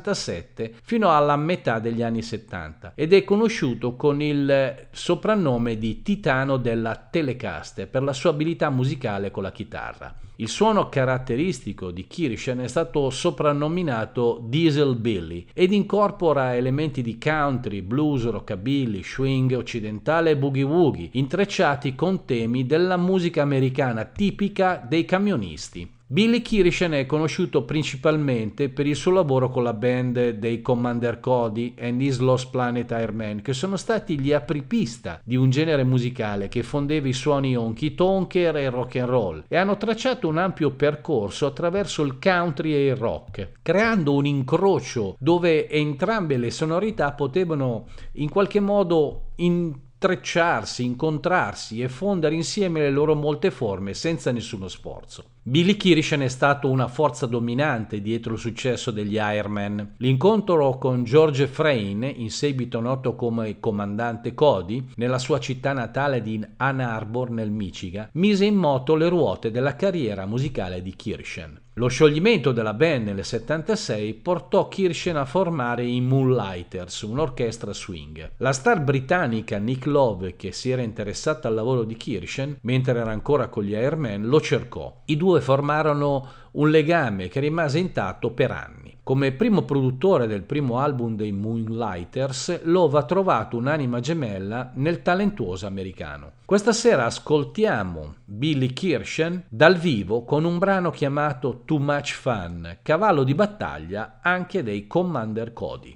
67 fino alla metà degli anni 70 ed è conosciuto con il soprannome di Titano della Telecaster per la sua abilità musicale con la chitarra. Il suono caratteristico di Kirschen è stato soprannominato Diesel Billy ed incorpora elementi di country, blues, rockabilly, swing occidentale e boogie woogie, intrecciati con temi della musica americana tipica dei camionisti. Billy Kirschen è conosciuto principalmente per il suo lavoro con la band dei Commander Cody and His Lost Planet Airmen, che sono stati gli apripista di un genere musicale che fondeva i suoni honky tonker e rock and roll e hanno tracciato un ampio percorso attraverso il country e il rock, creando un incrocio dove entrambe le sonorità potevano in qualche modo intrecciarsi, incontrarsi e fondere insieme le loro molte forme senza nessuno sforzo. Billy Kirschen è stato una forza dominante dietro il successo degli Airmen. L'incontro con George Frayne, in seguito noto come comandante Cody, nella sua città natale di Ann Arbor nel Michigan, mise in moto le ruote della carriera musicale di Kirschen. Lo scioglimento della band nel 76 portò Kirschen a formare i Moonlighters, un'orchestra swing. La star britannica Nick Love, che si era interessata al lavoro di Kirschen mentre era ancora con gli Airmen, lo cercò. I due formarono un legame che rimase intatto per anni. Come primo produttore del primo album dei Moonlighters, Love ha trovato un'anima gemella nel talentuoso americano. Questa sera ascoltiamo Billy Kirschen dal vivo con un brano chiamato Too Much Fun, cavallo di battaglia anche dei Commander Cody.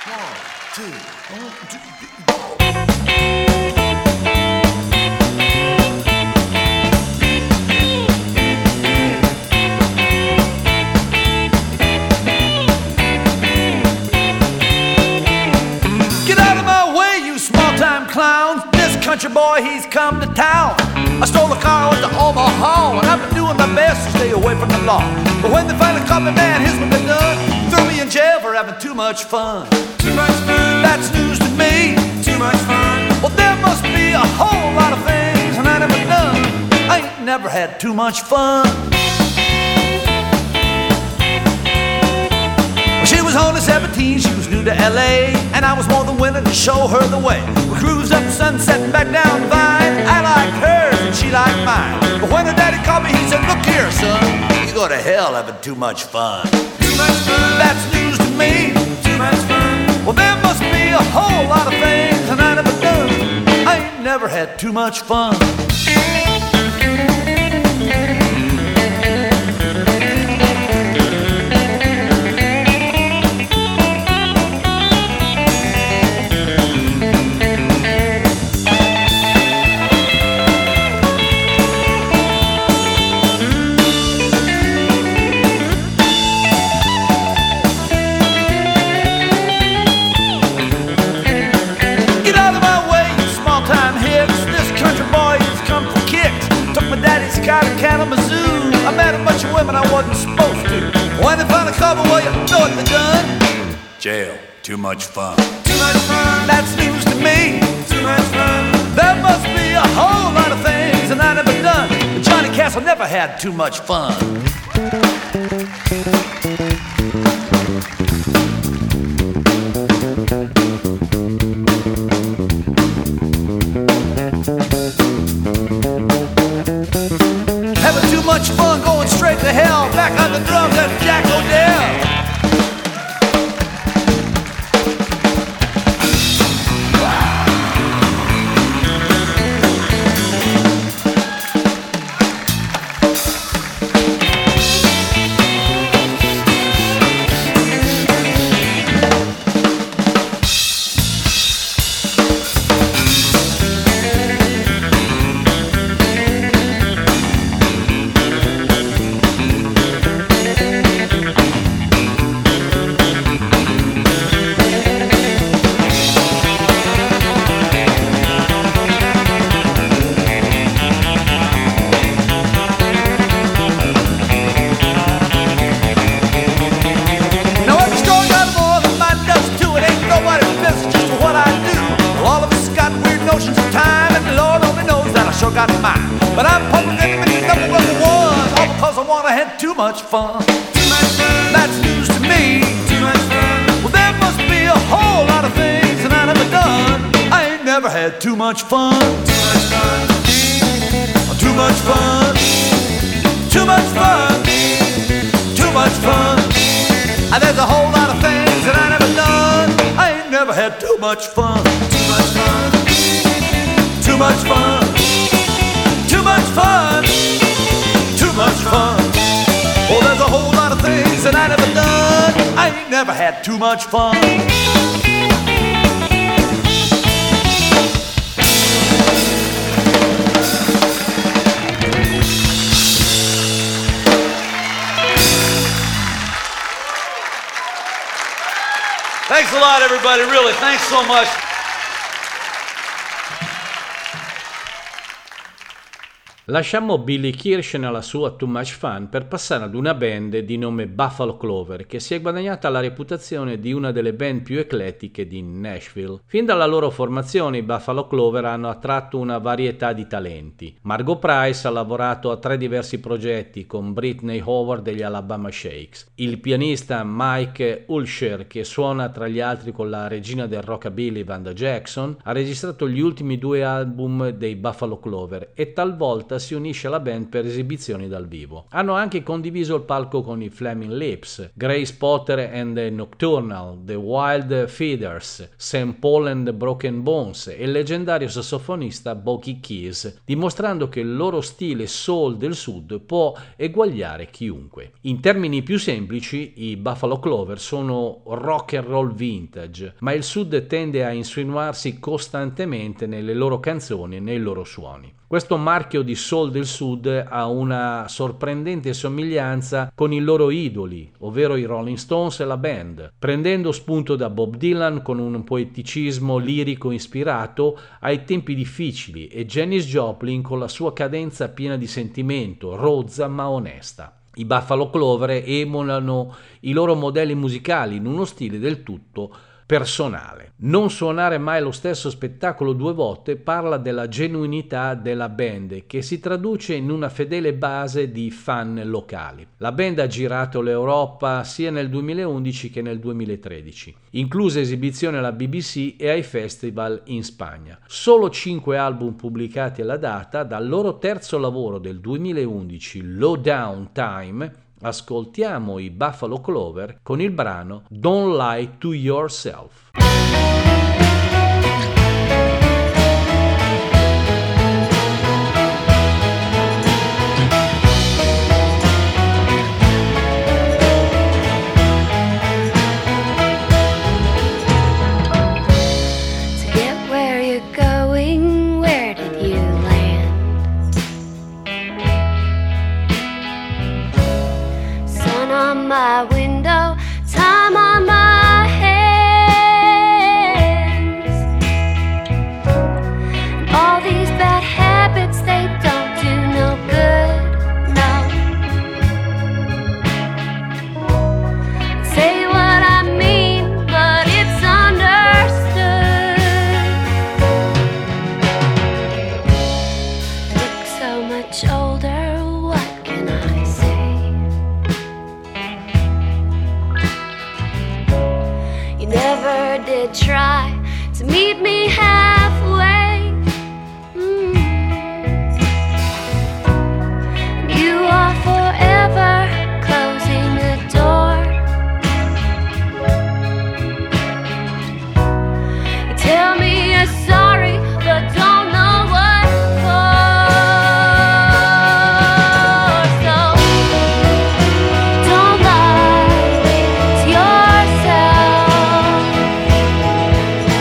1, 2, 1, 2, 3. Clowns, this country boy, he's come to town. I stole a car, went to Omaha, and I've been doing my best to stay away from the law. But when they finally caught me, man, here's what they done. Threw me in jail for having too much fun. Too much fun, that's news to me. Too much fun. Well, there must be a whole lot of things, and I never done. I ain't never had too much fun. She was only 17, she was new to LA, and I was more than willing to show her the way. We cruised up Sunset and back down Vine. I liked hers and she liked mine. But when her daddy called me, he said, look here, son, you go to hell having too much fun. Too much fun, that's news to me. Too much fun. Well, there must be a whole lot of things and I never done. I ain't never had too much fun. Out of Kalamazoo, I met a bunch of women I wasn't supposed to. When they finally called me, well, you know what they done? Jail. Too much fun. Too much fun. That's news to me. Too much fun. There must be a whole lot of things and I never done. But Johnny Castle never had too much fun. Too much fun going straight to hell. Back on the drums, that's Jack O'Dell. got in mind. But I'm pumping them in number one, all because I wanna have too much fun. Too much fun. That's news to me. Too much fun. Well, there must be a whole lot of things that I never done. I ain't never had too much fun. Too much fun. Too much fun. Too much fun. Too much fun. And there's a whole lot of things that I never done. I ain't never had too much fun. Too much fun. Too much fun. Too much fun. Too much fun. Oh, there's a whole lot of things that I never done. I ain't never had too much fun. Thanks a lot, everybody. Really, thanks so much. Lasciamo Billy Kirsch nella sua Too Much Fun per passare ad una band di nome Buffalo Clover, che si è guadagnata la reputazione di una delle band più eclettiche di Nashville. Fin dalla loro formazione i Buffalo Clover hanno attratto una varietà di talenti. Margo Price ha lavorato a 3 diversi progetti con Britney Howard degli Alabama Shakes. Il pianista Mike Ulsher, che suona tra gli altri con la regina del rockabilly Vanda Jackson, ha registrato gli ultimi 2 album dei Buffalo Clover e talvolta si unisce alla band per esibizioni dal vivo. Hanno anche condiviso il palco con i Flaming Lips, Grace Potter and the Nocturnal, The Wild Feeders, St. Paul and the Broken Bones e il leggendario sassofonista Bucky Keys, dimostrando che il loro stile soul del sud può eguagliare chiunque. In termini più semplici, i Buffalo Clover sono rock and roll vintage, ma il sud tende a insinuarsi costantemente nelle loro canzoni e nei loro suoni. Questo marchio di soul del sud ha una sorprendente somiglianza con i loro idoli, ovvero i Rolling Stones e la band, prendendo spunto da Bob Dylan con un poeticismo lirico ispirato ai tempi difficili e Janis Joplin con la sua cadenza piena di sentimento, rozza ma onesta. I Buffalo Clover emulano i loro modelli musicali in uno stile del tutto personale. Non suonare mai lo stesso spettacolo 2 volte parla della genuinità della band, che si traduce in una fedele base di fan locali. La band ha girato l'Europa sia nel 2011 che nel 2013, incluse esibizioni alla BBC e ai festival in Spagna. Solo 5 album pubblicati alla data. Dal loro terzo lavoro del 2011, Low Down Time, ascoltiamo i Buffalo Clover con il brano Don't Lie to Yourself. My window, time on my hands, and all these bad habits, they don't do no good, no. Say what I mean, but it's understood. Look so much older, what can I say? Never did try to meet me halfway. You are forever closing the door. You tell me you're sorry, but don't know what for. So don't lie to yourself.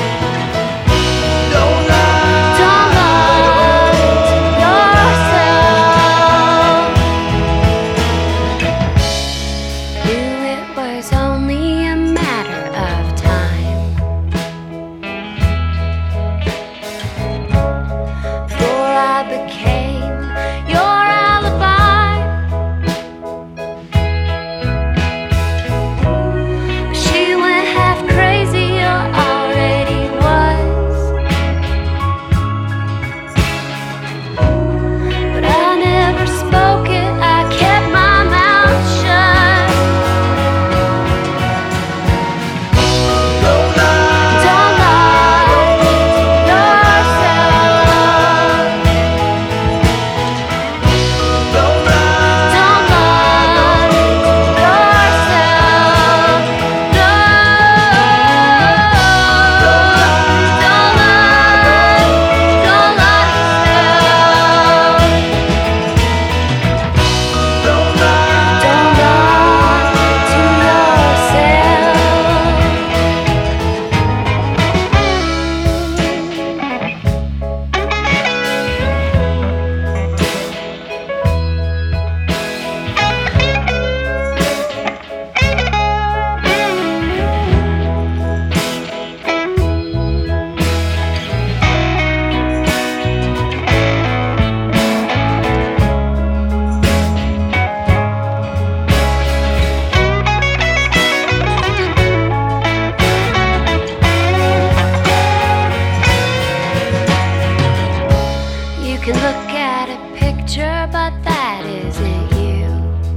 can look at a picture, but that isn't you.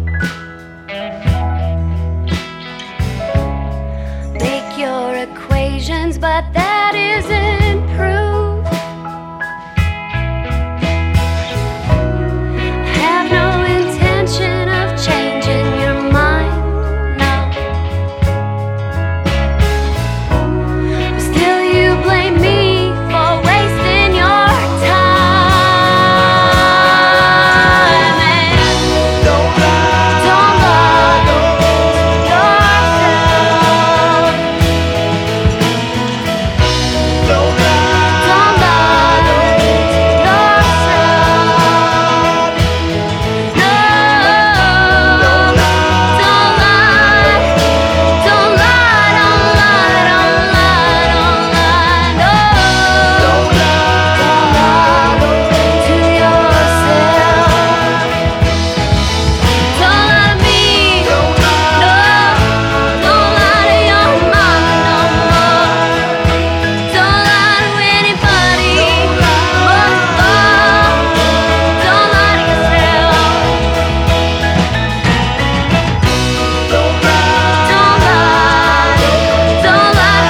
Make your equations, but that isn't proof. Have no intention of changing your mind, no. Still you blame me for wasting your time. And don't lie to yourself. Don't lie to yourself. No, don't lie, don't lie, don't lie, don't lie, don't lie, don't lie, no, don't lie to yourself. Don't lie to me, no, don't lie to your mama no more. Don't lie to anybody, most of all, don't lie to yourself. Don't lie to yourself. No, don't lie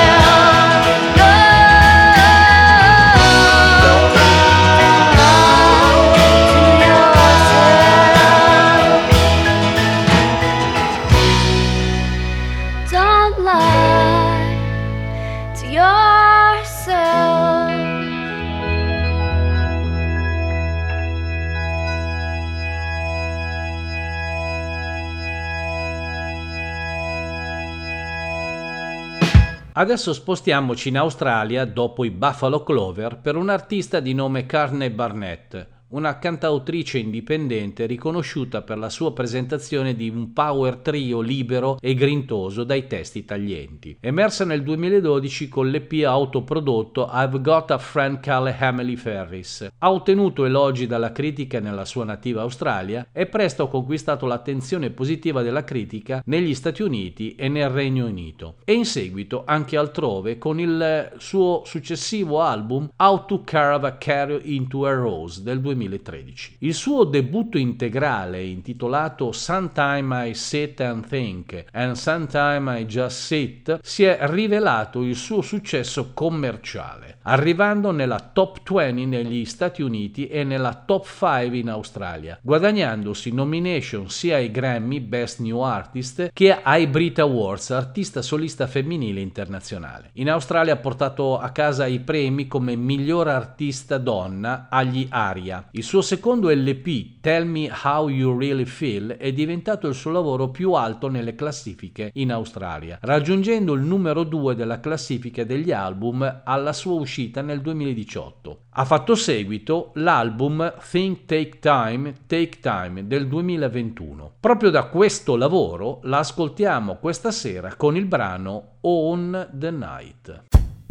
to yourself. Adesso spostiamoci in Australia dopo i Buffalo Clover per un artista di nome Courtney Barnett, una cantautrice indipendente riconosciuta per la sua presentazione di un power trio libero e grintoso dai testi taglienti. Emersa nel 2012 con l'EP autoprodotto I've Got a Friend Called Emily Ferris. Ha ottenuto elogi dalla critica nella sua nativa Australia e presto ha conquistato l'attenzione positiva della critica negli Stati Uniti e nel Regno Unito, e in seguito anche altrove con il suo successivo album How to Carve a Carrot into a Rose del 2013. Il suo debutto integrale, intitolato Sometime I Sit and Think and Sometime I Just Sit, si è rivelato il suo successo commerciale, arrivando nella top 20 negli Stati Uniti e nella top 5 in Australia, guadagnandosi nomination sia ai Grammy Best New Artist che ai Brit Awards Artista Solista Femminile Internazionale. In Australia ha portato a casa i premi come miglior artista donna agli ARIA. Il suo secondo LP, Tell Me How You Really Feel, è diventato il suo lavoro più alto nelle classifiche in Australia, raggiungendo il numero 2 della classifica degli album alla sua uscita nel 2018. Ha fatto seguito l'album Think Take Time del 2021. Proprio da questo lavoro la ascoltiamo questa sera con il brano On the Night.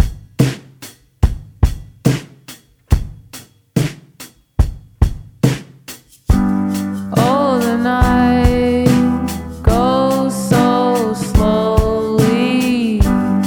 Oh, the night goes so slowly.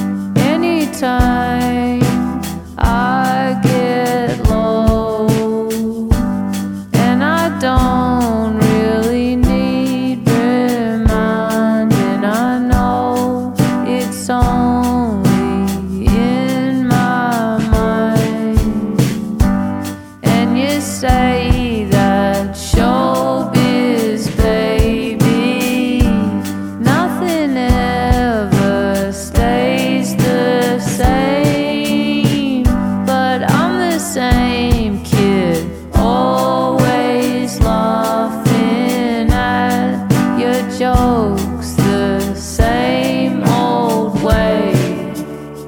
Anytime I get low, and I don't really need reminding. I know it's only in my mind. And you say that showbiz, baby, nothing ever stays the same. But I'm the same kid, always laughing at your jokes the same old way.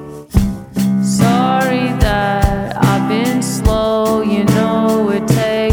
Sorry that I've been slow, you know it takes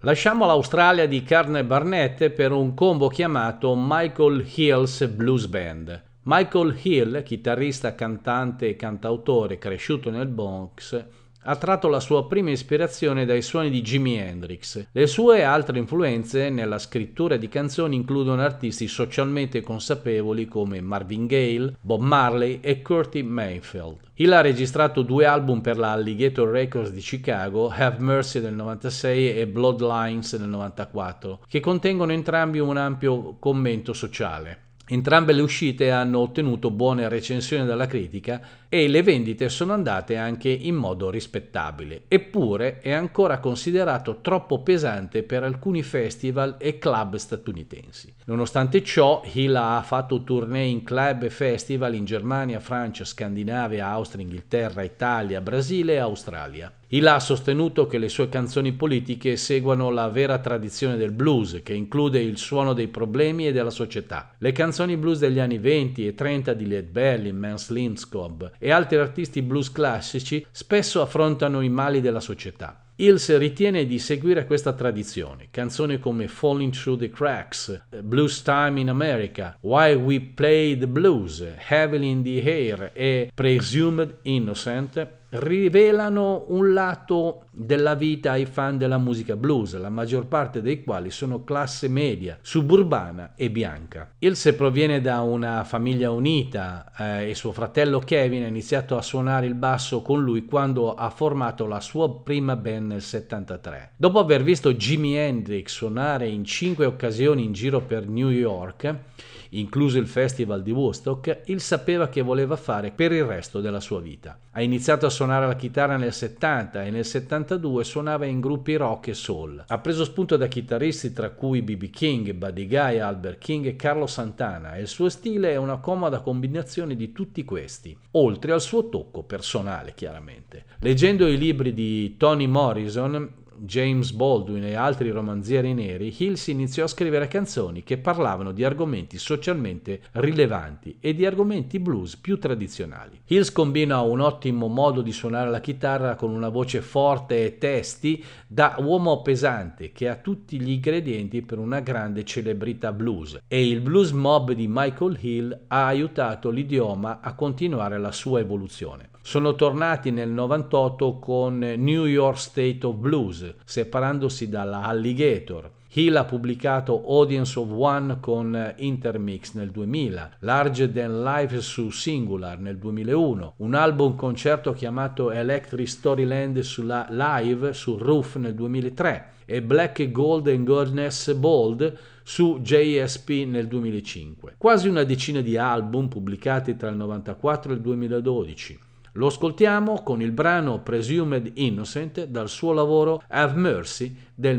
Lasciamo l'Australia di carne Barnett per un combo chiamato Michael Hill's Blues Band. Michael Hill, chitarrista, cantante e cantautore cresciuto nel Bronx, ha tratto la sua prima ispirazione dai suoni di Jimi Hendrix. Le sue altre influenze nella scrittura di canzoni includono artisti socialmente consapevoli come Marvin Gaye, Bob Marley e Curtis Mayfield. Hill ha registrato 2 album per la Alligator Records di Chicago, Have Mercy del 96 e Bloodlines del 94, che contengono entrambi un ampio commento sociale. Entrambe le uscite hanno ottenuto buone recensioni dalla critica e le vendite sono andate anche in modo rispettabile, eppure è ancora considerato troppo pesante per alcuni festival e club statunitensi. Nonostante ciò, Hill ha fatto tournée in club e festival in Germania, Francia, Scandinavia, Austria, Inghilterra, Italia, Brasile e Australia. Hill ha sostenuto che le sue canzoni politiche seguono la vera tradizione del blues, che include il suono dei problemi e della società. Le canzoni blues degli anni 20 e 30 di Led Belly, Mans Lindskog e altri artisti blues classici spesso affrontano i mali della società. Hills ritiene di seguire questa tradizione. Canzoni come Falling Through the Cracks, Blues Time in America, Why We Play the Blues, Heavily in the Air e Presumed Innocent rivelano un lato della vita ai fan della musica blues, la maggior parte dei quali sono classe media, suburbana e bianca. Hills proviene da una famiglia unita e suo fratello Kevin ha iniziato a suonare il basso con lui quando ha formato la sua prima band nel 73. Dopo aver visto Jimi Hendrix suonare in 5 occasioni in giro per New York, incluso il festival di Woodstock, Hill sapeva che voleva fare per il resto della sua vita. Ha iniziato a suonare la chitarra nel 70 e nel 72 suonava in gruppi rock e soul. Ha preso spunto da chitarristi tra cui B.B. King, Buddy Guy, Albert King e Carlos Santana, e il suo stile è una comoda combinazione di tutti questi, oltre al suo tocco personale chiaramente. Leggendo i libri di Toni Morrison, James Baldwin e altri romanzieri neri, Hills iniziò a scrivere canzoni che parlavano di argomenti socialmente rilevanti e di argomenti blues più tradizionali. Hills combina un ottimo modo di suonare la chitarra con una voce forte e testi da uomo pesante che ha tutti gli ingredienti per una grande celebrità blues, e il blues mob di Michael Hill ha aiutato l'idioma a continuare la sua evoluzione. Sono tornati nel 98 con New York State of Blues, separandosi dalla Alligator. Hill ha pubblicato Audience of One con Intermix nel 2000, Larger Than Life su Singular nel 2001, un album concerto chiamato Electric Storyland sulla Live su Roof nel 2003 e Black Gold and Goodness Bold su JSP nel 2005. Quasi una decina di album pubblicati tra il 94 e il 2012. Lo ascoltiamo con il brano Presumed Innocent dal suo lavoro Have Mercy del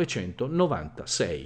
1996.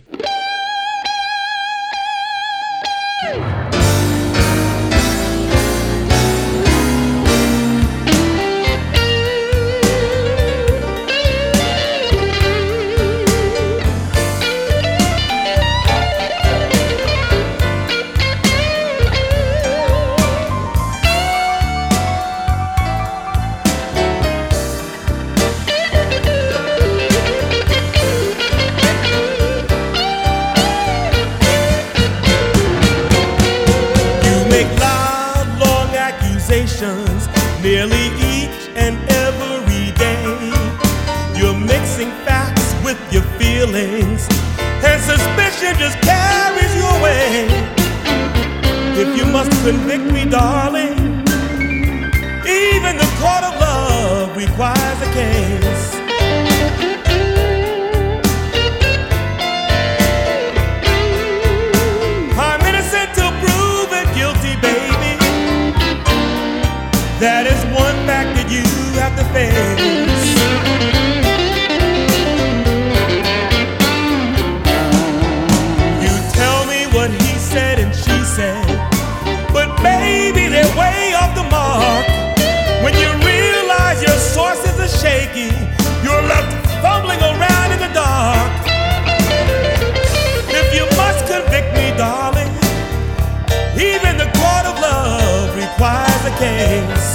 Nearly each and every day, you're mixing facts with your feelings, and suspicion just carries you away. If you must convict me, darling, even the court of love requires a case. I'm innocent till proven guilty, baby. That is one fact that you have to face. You tell me what he said and she said, but baby, they're way off the mark. When you realize your sources are shaky, you're left fumbling around in the dark. If you must convict me, darling, even the court of love requires a case.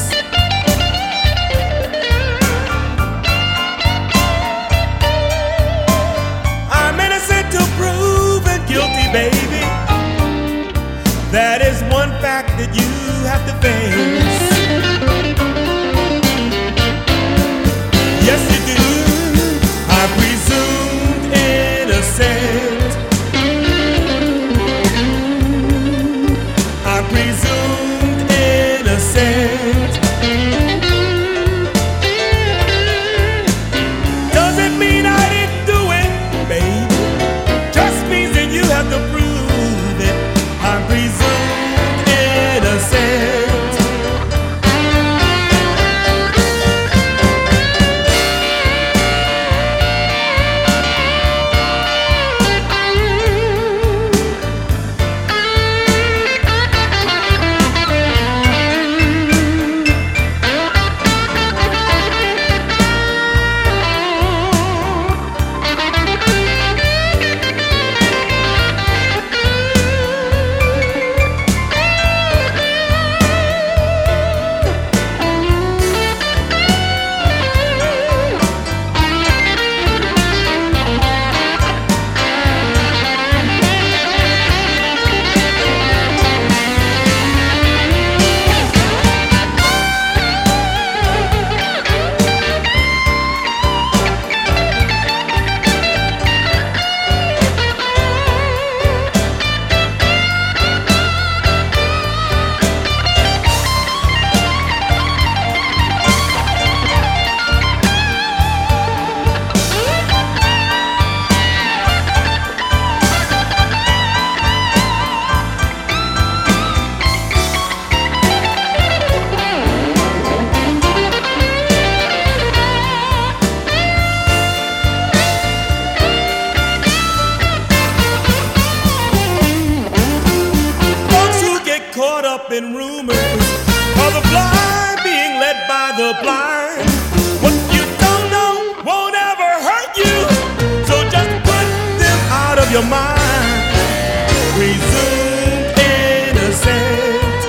colorblind. What you don't know won't ever hurt you, so just put them out of your mind. Presumed innocent,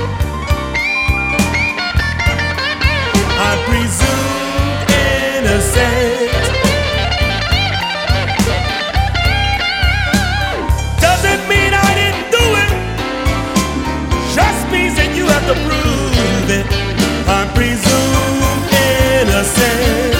I presumed innocent. Doesn't mean I didn't do it, just means that you have to prove it. I presumed innocent.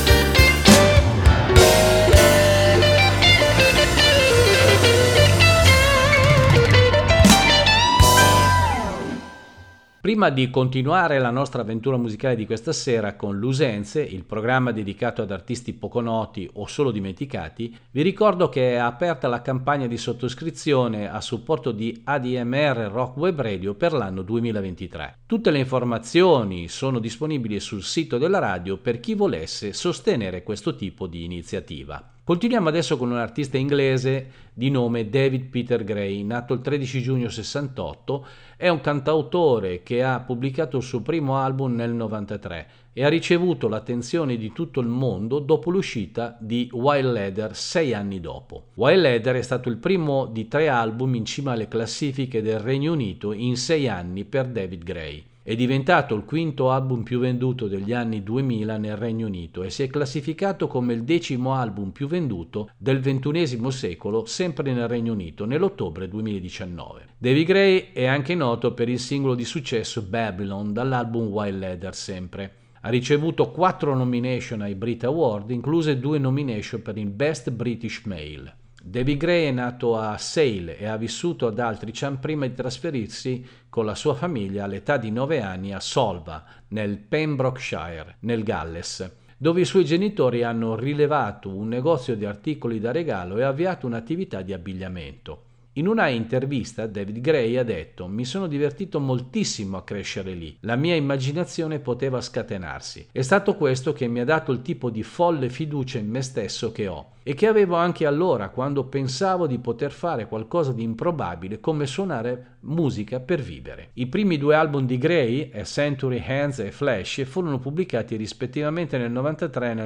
Prima di continuare la nostra avventura musicale di questa sera con Lusenze, il programma dedicato ad artisti poco noti o solo dimenticati, vi ricordo che è aperta la campagna di sottoscrizione a supporto di ADMR Rock Web Radio per l'anno 2023. Tutte le informazioni sono disponibili sul sito della radio per chi volesse sostenere questo tipo di iniziativa. Continuiamo adesso con un artista inglese di nome David Peter Gray, nato il 13 giugno 68, è un cantautore che ha pubblicato il suo primo album nel 93 e ha ricevuto l'attenzione di tutto il mondo dopo l'uscita di Wild Leather 6 anni dopo. Wild Leather è stato il primo di 3 album in cima alle classifiche del Regno Unito in 6 anni per David Gray. È diventato il quinto album più venduto degli anni 2000 nel Regno Unito e si è classificato come il 10° album più venduto del XXI secolo sempre nel Regno Unito nell'ottobre 2019. David Gray è anche noto per il singolo di successo Babylon dall'album Wild Leather sempre. Ha ricevuto 4 nomination ai Brit Award, incluse 2 nomination per il Best British Male. David Gray è nato a Sale e ha vissuto ad Altrincham prima di trasferirsi con la sua famiglia all'età di 9 anni a Solva, nel Pembrokeshire, nel Galles, dove i suoi genitori hanno rilevato un negozio di articoli da regalo e avviato un'attività di abbigliamento. In una intervista David Gray ha detto: "Mi sono divertito moltissimo a crescere lì, la mia immaginazione poteva scatenarsi. È stato questo che mi ha dato il tipo di folle fiducia in me stesso che ho e che avevo anche allora quando pensavo di poter fare qualcosa di improbabile come suonare musica per vivere." I primi 2 album di Gray, A Century Hands e Flash, furono pubblicati rispettivamente nel 93 e nel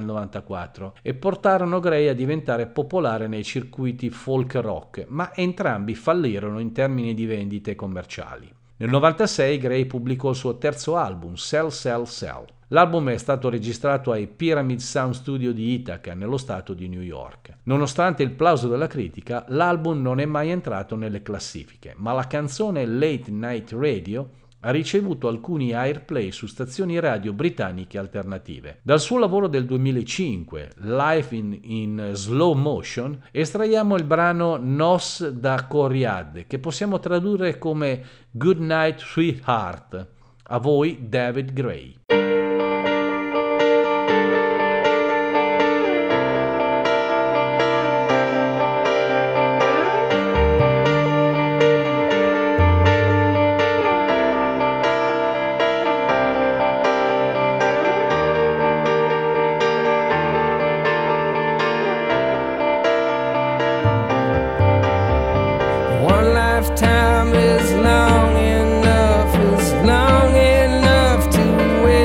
94 e portarono Gray a diventare popolare nei circuiti folk rock, ma entrambi fallirono in termini di vendite commerciali. Nel 96 Gray pubblicò il suo terzo album, Sell Sell Sell. L'album è stato registrato ai Pyramid Sound Studio di Ithaca, nello stato di New York. Nonostante il plauso della critica, l'album non è mai entrato nelle classifiche, ma la canzone Late Night Radio ha ricevuto alcuni airplay su stazioni radio britanniche alternative. Dal suo lavoro del 2005, Life in Slow Motion, estraiamo il brano Nos da Coriad, che possiamo tradurre come Good Night Sweetheart. A voi David Gray. One lifetime is long enough to wait.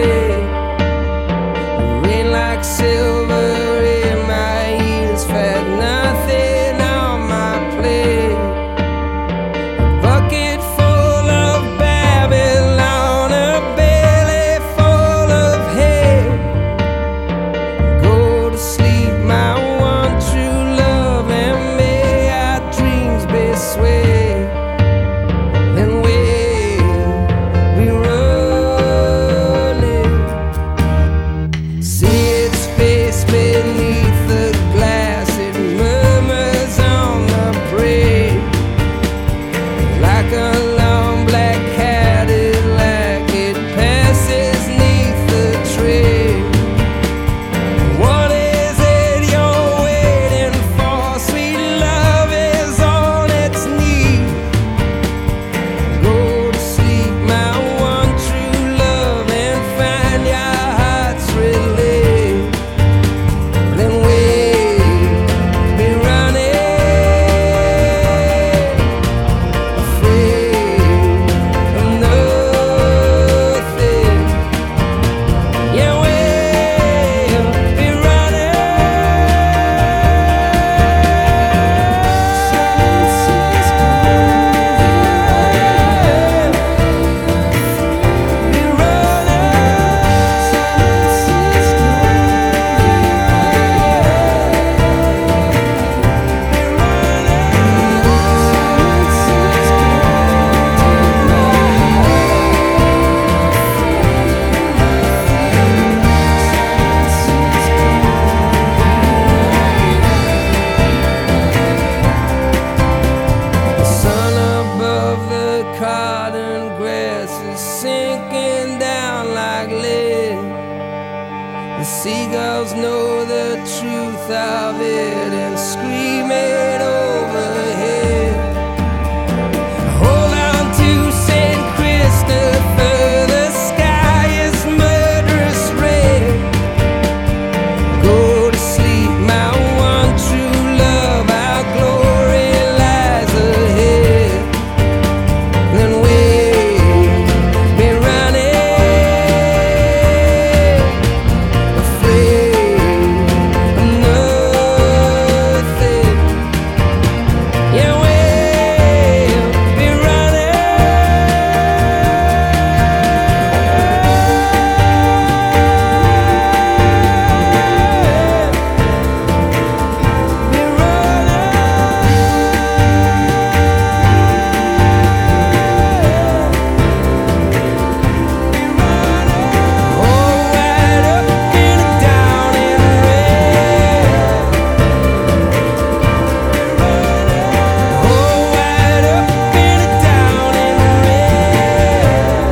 lead. The seagulls know the truth of it and scream it overhead. Hold on to St. Christopher, the sky is murderous red. Go to sleep, my one true love, our glory lies ahead. Then we'll be running, afraid of nothing. Yeah, we'll be running. Be running. All right up and down in red. All right up and down in red.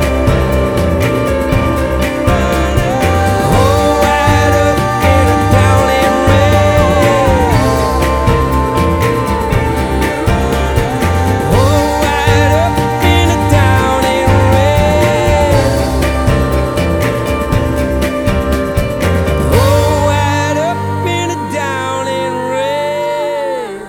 All right up and down in red. All right up and down in red. Oh, right up and down in red.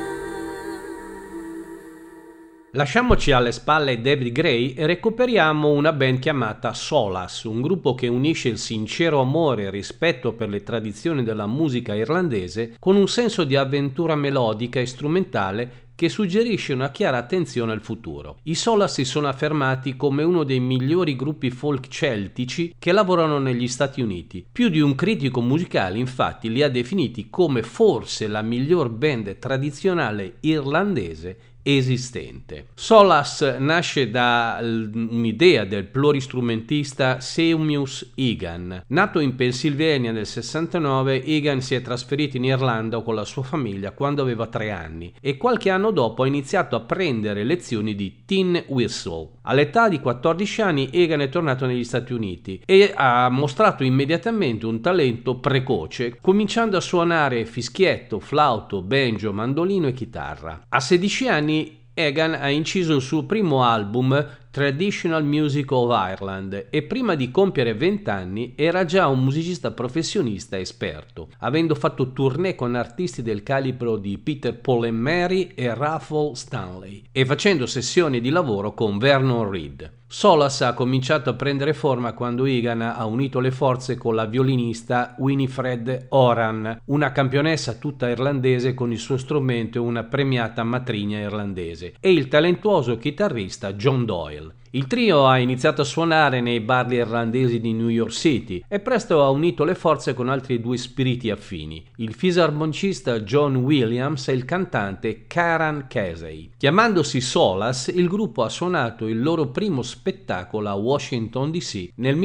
Lasciamoci alle spalle David Gray e recuperiamo una band chiamata Solace, un gruppo che unisce il sincero amore e rispetto per le tradizioni della musica irlandese con un senso di avventura melodica e strumentale che suggerisce una chiara attenzione al futuro. I Solace si sono affermati come uno dei migliori gruppi folk celtici che lavorano negli Stati Uniti. Più di un critico musicale, infatti, li ha definiti come forse la miglior band tradizionale irlandese esistente. Solace nasce da un'idea del pluristrumentista Seamus Egan. Nato in Pennsylvania nel 69, Egan si è trasferito in Irlanda con la sua famiglia quando aveva 3 anni e qualche anno dopo ha iniziato a prendere lezioni di tin whistle. All'età di 14 anni Egan è tornato negli Stati Uniti e ha mostrato immediatamente un talento precoce, cominciando a suonare fischietto, flauto, banjo, mandolino e chitarra. A 16 anni Egan ha inciso il suo primo album Traditional Music of Ireland e prima di compiere 20 anni era già un musicista professionista esperto, avendo fatto tournée con artisti del calibro di Peter Paul and Mary e Ralph Stanley e facendo sessioni di lavoro con Vernon Reid. Solace ha cominciato a prendere forma quando Egan ha unito le forze con la violinista Winifred Oran, una campionessa tutta irlandese con il suo strumento e una premiata matrigna irlandese, e il talentuoso chitarrista John Doyle. Il trio ha iniziato a suonare nei bar irlandesi di New York City e presto ha unito le forze con altri 2 spiriti affini, il fisarmonicista John Williams e il cantante Kieran Casey. Chiamandosi Solace, il gruppo ha suonato il loro primo spettacolo a Washington DC nel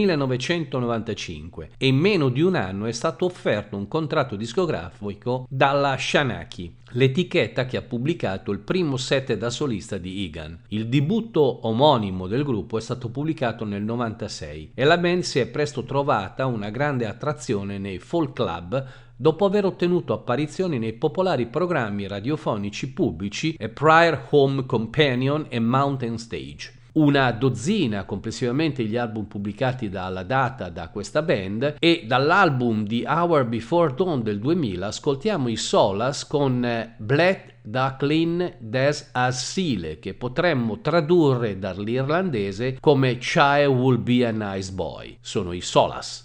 1995 e in meno di un anno è stato offerto un contratto discografico dalla Shanachie, l'etichetta che ha pubblicato il primo set da solista di Egan. Il debutto omonimo del gruppo è stato pubblicato nel 96 e la band si è presto trovata una grande attrazione nei folk club dopo aver ottenuto apparizioni nei popolari programmi radiofonici pubblici e Prior Home Companion e Mountain Stage. Una dozzina complessivamente gli album pubblicati dalla data da questa band, e dall'album The Hour Before Dawn del 2000 ascoltiamo i Solace con Black Ducklin Des As Sile, che potremmo tradurre dall'irlandese come Child Will Be a Nice Boy. Sono i Solace.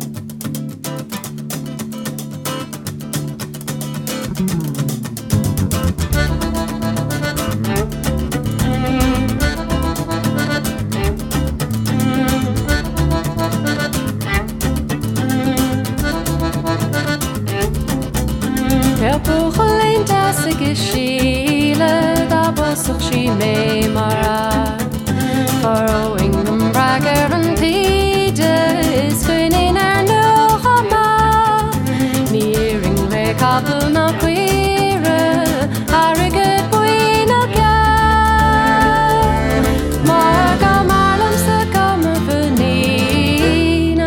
Sheila, that was she may mar. Following them bragger and Peter is winning and no hammer. Nearing the couple no queer, are a good boy no girl. Marga Marlum so come of a knee,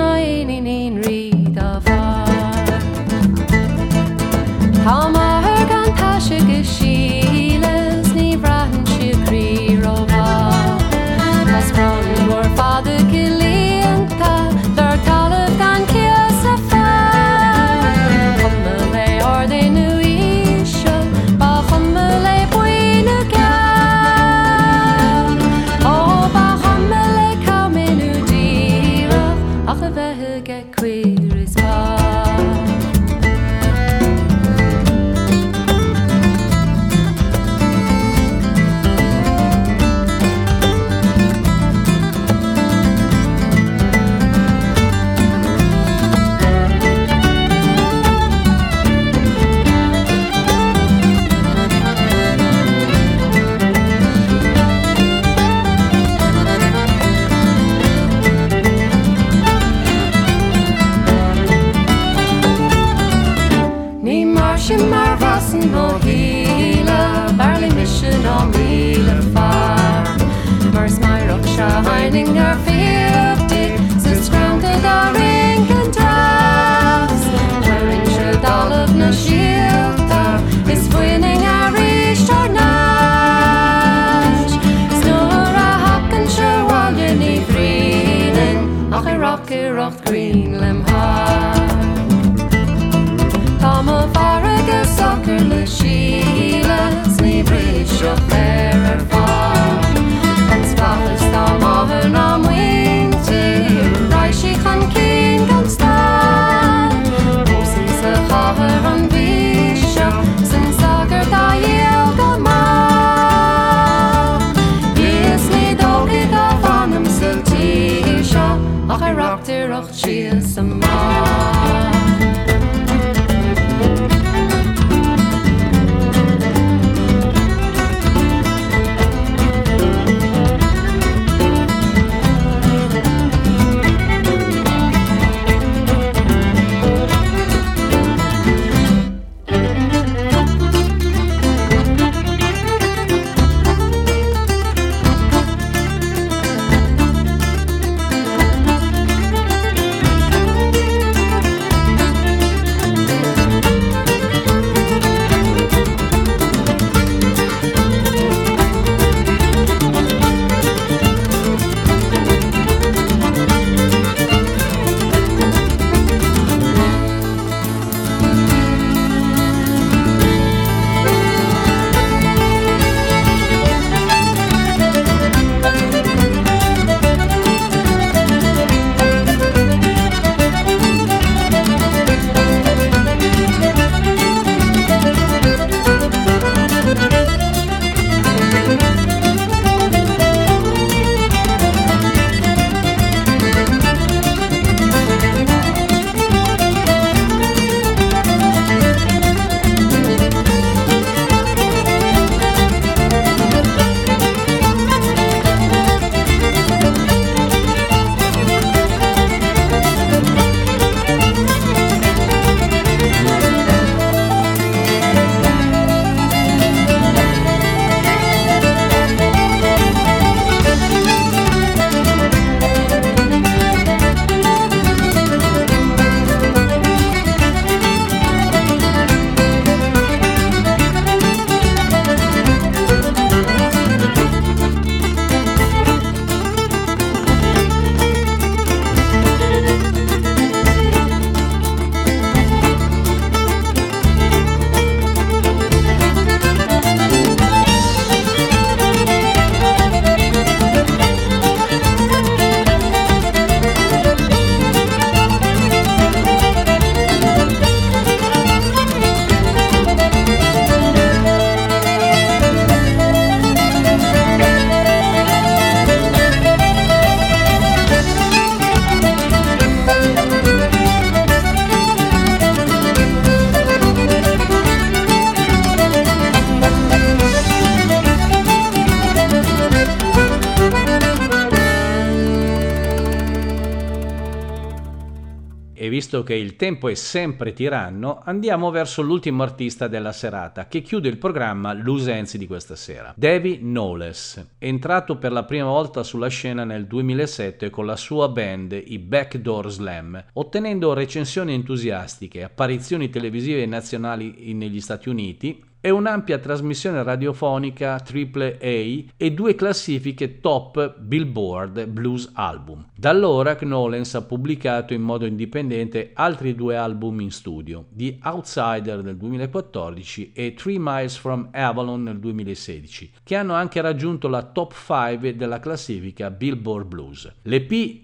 get queer as well. Mar vassen o hile, barley mission o mile far. Mars myrock shining our 50, since grounded our ring and taps. Wearing shirt all of no shielder, is winning our reach or nash. Snore a hawk and sure while you need reading, och a rock green limb high. Tom of Farragut, soccer, le Sheila, sleep reach your fair fall. And Scottish Tom of an arm winter, Reishi Khan King and Star. Moses a cover on Bishop, since Sagar Diel Gamar. Yes, me dog it off on them so Tisha, och I rocked her, och chill some more. Visto che il tempo è sempre tiranno, andiamo verso l'ultimo artista della serata che chiude il programma Loose Ends di questa sera. Davey Knowles, entrato per la prima volta sulla scena nel 2007 con la sua band, i Backdoor Slam, ottenendo recensioni entusiastiche, apparizioni televisive nazionali negli Stati Uniti, e un'ampia trasmissione radiofonica AAA e 2 classifiche top Billboard Blues Album. Da allora Knowles ha pubblicato in modo indipendente altri 2 album in studio, The Outsider nel 2014 e 3 Miles from Avalon nel 2016, che hanno anche raggiunto la top 5 della classifica Billboard Blues. L'EP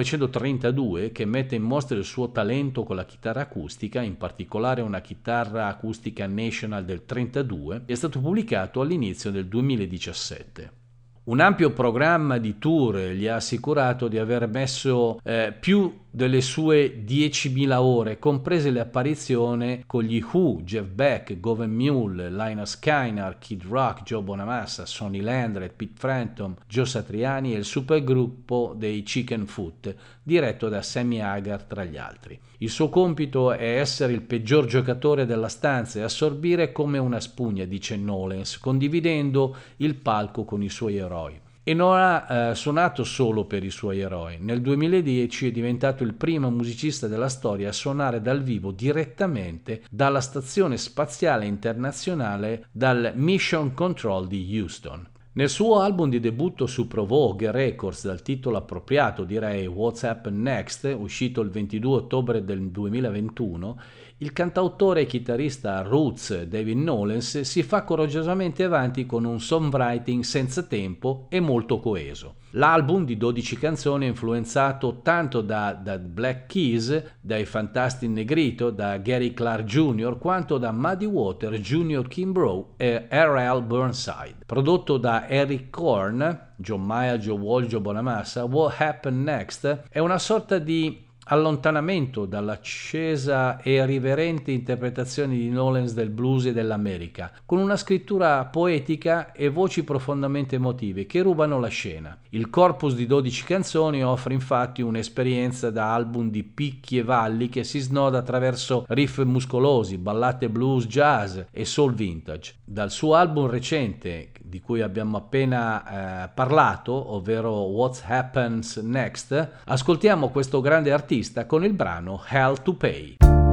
1932, che mette in mostra il suo talento con la chitarra acustica, in particolare una chitarra acustica National del 32, è stato pubblicato all'inizio del 2017. Un ampio programma di tour gli ha assicurato di aver messo più delle sue 10.000 ore, comprese le apparizioni con gli Who, Jeff Beck, Govan Mule, Lynyrd Skynyrd, Kid Rock, Joe Bonamassa, Sonny Landreth, Pete Frampton, Joe Satriani e il supergruppo dei Chicken Foot, diretto da Sammy Hagar tra gli altri. Il suo compito è essere il peggior giocatore della stanza e assorbire come una spugna, dice Knowles, condividendo il palco con i suoi eroi. E non ha suonato solo per i suoi eroi. Nel 2010 è diventato il primo musicista della storia a suonare dal vivo direttamente dalla Stazione Spaziale Internazionale dal Mission Control di Houston. Nel suo album di debutto su Pro Vogue Records, dal titolo appropriato direi What's Happened Next, uscito il 22 ottobre del 2021, il cantautore e chitarrista roots David Knowles si fa coraggiosamente avanti con un songwriting senza tempo e molto coeso. L'album di 12 canzoni è influenzato tanto da Black Keys, dai Fantastic Negrito, da Gary Clark Jr., quanto da Muddy Waters, Junior Kimbrough e R.L. Burnside. Prodotto da Eric Korn, John Mayall, Joe Walsh, Joe Bonamassa, What Happened Next è una sorta di allontanamento dall'accesa e irriverente interpretazione di Knowles del blues e dell'America, con una scrittura poetica e voci profondamente emotive che rubano la scena. Il corpus di 12 canzoni offre infatti un'esperienza da album di picchi e valli che si snoda attraverso riff muscolosi, ballate blues, jazz e soul vintage. Dal suo album recente, di cui abbiamo appena parlato, ovvero What Happens Next, ascoltiamo questo grande artista con il brano Hell to Pay.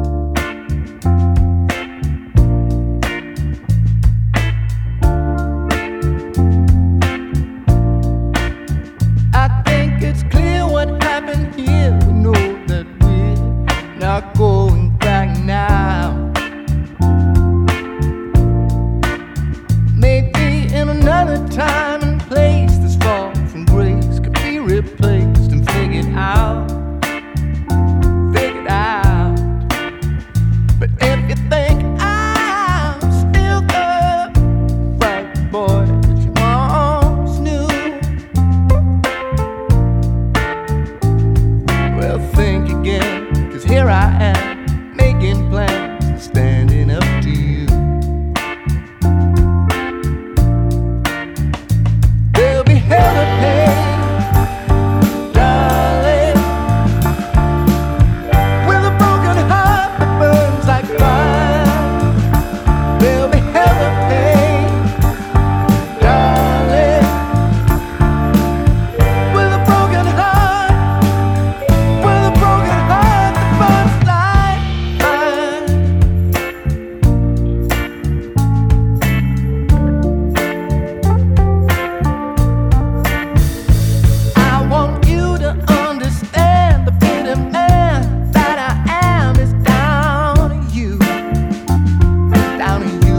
I think it's clear what happened here. We know that we're not going back now. Maybe in another time and place, this fall from grace could be replaced and figured out. But if you think I'm still the right boy that you once knew, well, think again, 'cause here I am making plans and standing up to you. There'll be hell to pay, darling, with a broken heart that burns like fire. There'll be hell to pay, darling, with a broken heart that burns like fire. I want you to understand the bitter man that I am is down to you, down to you.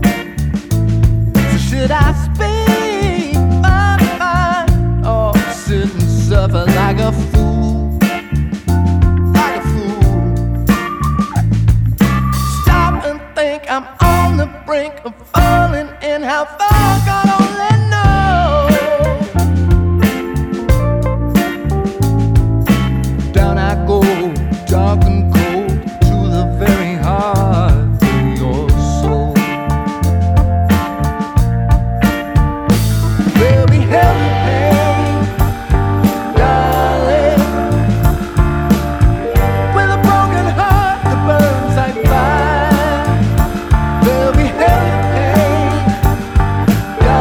So should I speak my mind or sit and suffer like a fool, like a fool? Stop and think I'm on the brink of falling in. How far God only knows. Down I go, dark and cold, to the very heart of your soul. There'll be hell to pay, darling, with a broken heart that burns like fire. There'll be hell to pay, darling,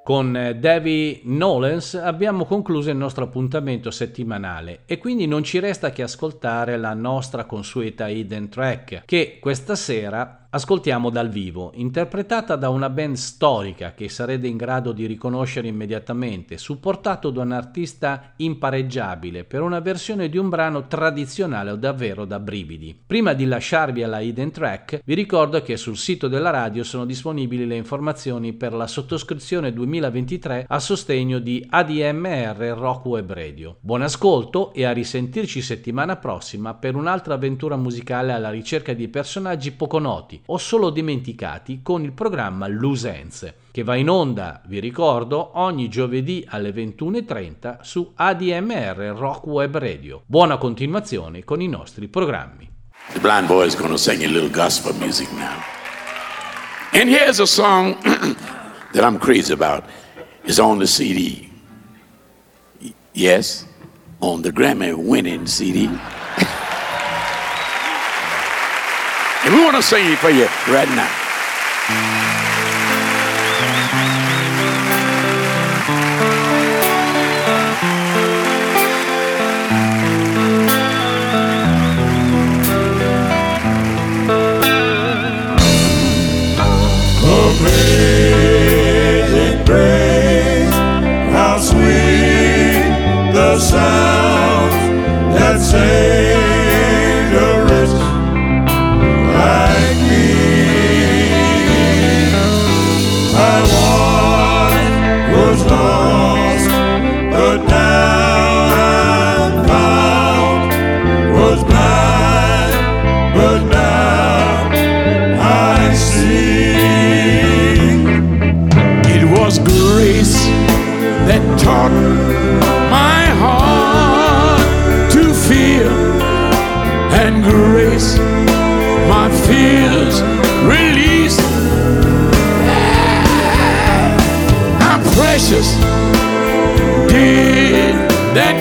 Con Davy Nolens abbiamo concluso il nostro appuntamento settimanale e quindi non ci resta che ascoltare la nostra consueta hidden track, che questa sera ascoltiamo dal vivo, interpretata da una band storica che sarete in grado di riconoscere immediatamente, supportato da un artista impareggiabile per una versione di un brano tradizionale davvero da brividi. Prima di lasciarvi alla hidden track, vi ricordo che sul sito della radio sono disponibili le informazioni per la sottoscrizione 2023 a sostegno di ADMR Rock Web Radio. Buon ascolto e a risentirci settimana prossima per un'altra avventura musicale alla ricerca di personaggi poco noti o solo dimenticati con il programma Lusenze, che va in onda, vi ricordo, ogni giovedì alle 21:30 su ADMR Rock Web Radio. Buona continuazione con i nostri programmi. The Blind Boy is going to sing a little gospel music now. And here's a song that I'm crazy about. It's on the CD. Yes, on the Grammy-winning CD. And we want to sing it for you right now. Amazing grace, how sweet the sound that saved a wretch like me. I once was lost, but now I'm found. Was blind, but now I see. It was grace that taught my heart to fear, and grace my fears released. How precious did that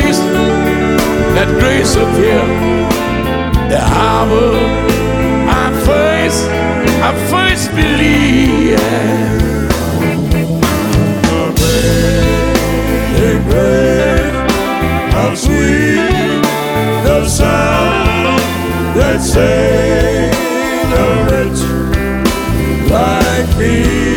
grace appear the hour I first believed. Amazing grace, how sweet the sound that saved a wretch like me.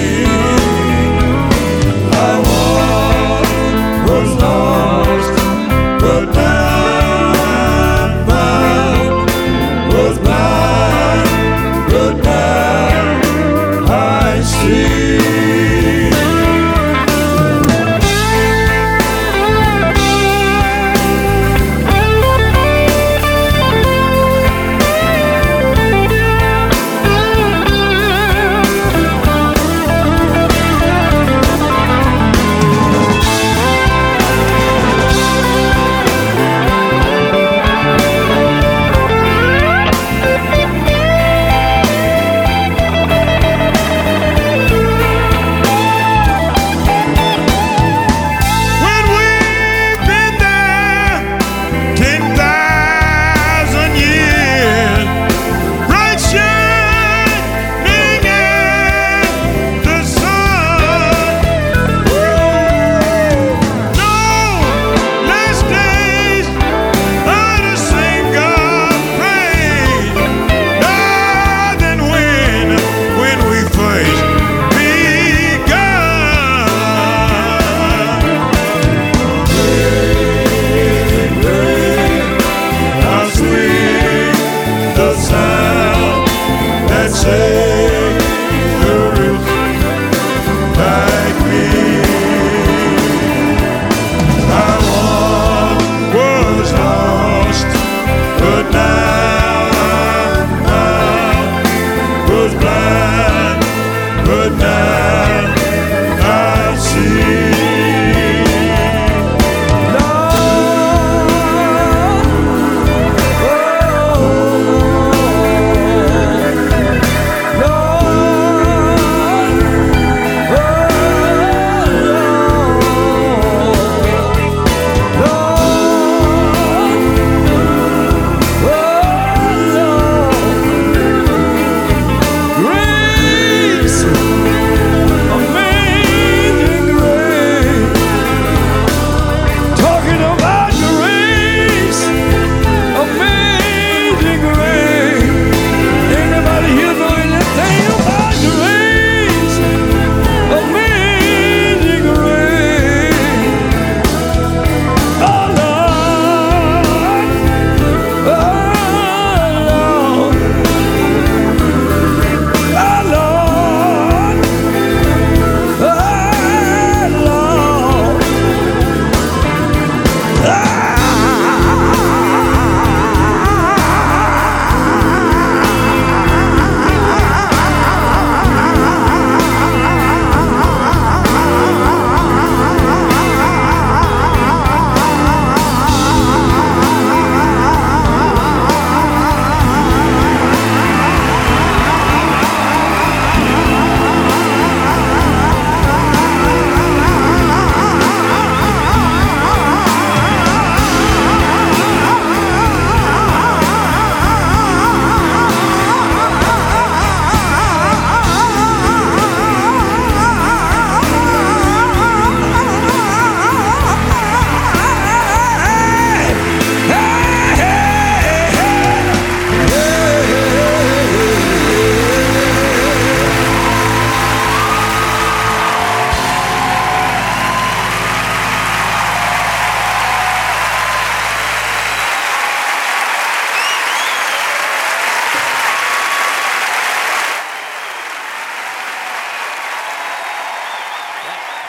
I once was lost, but now I'm found. Was blind, but now I see.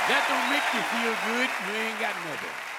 That don't make you feel good, you ain't got nothing.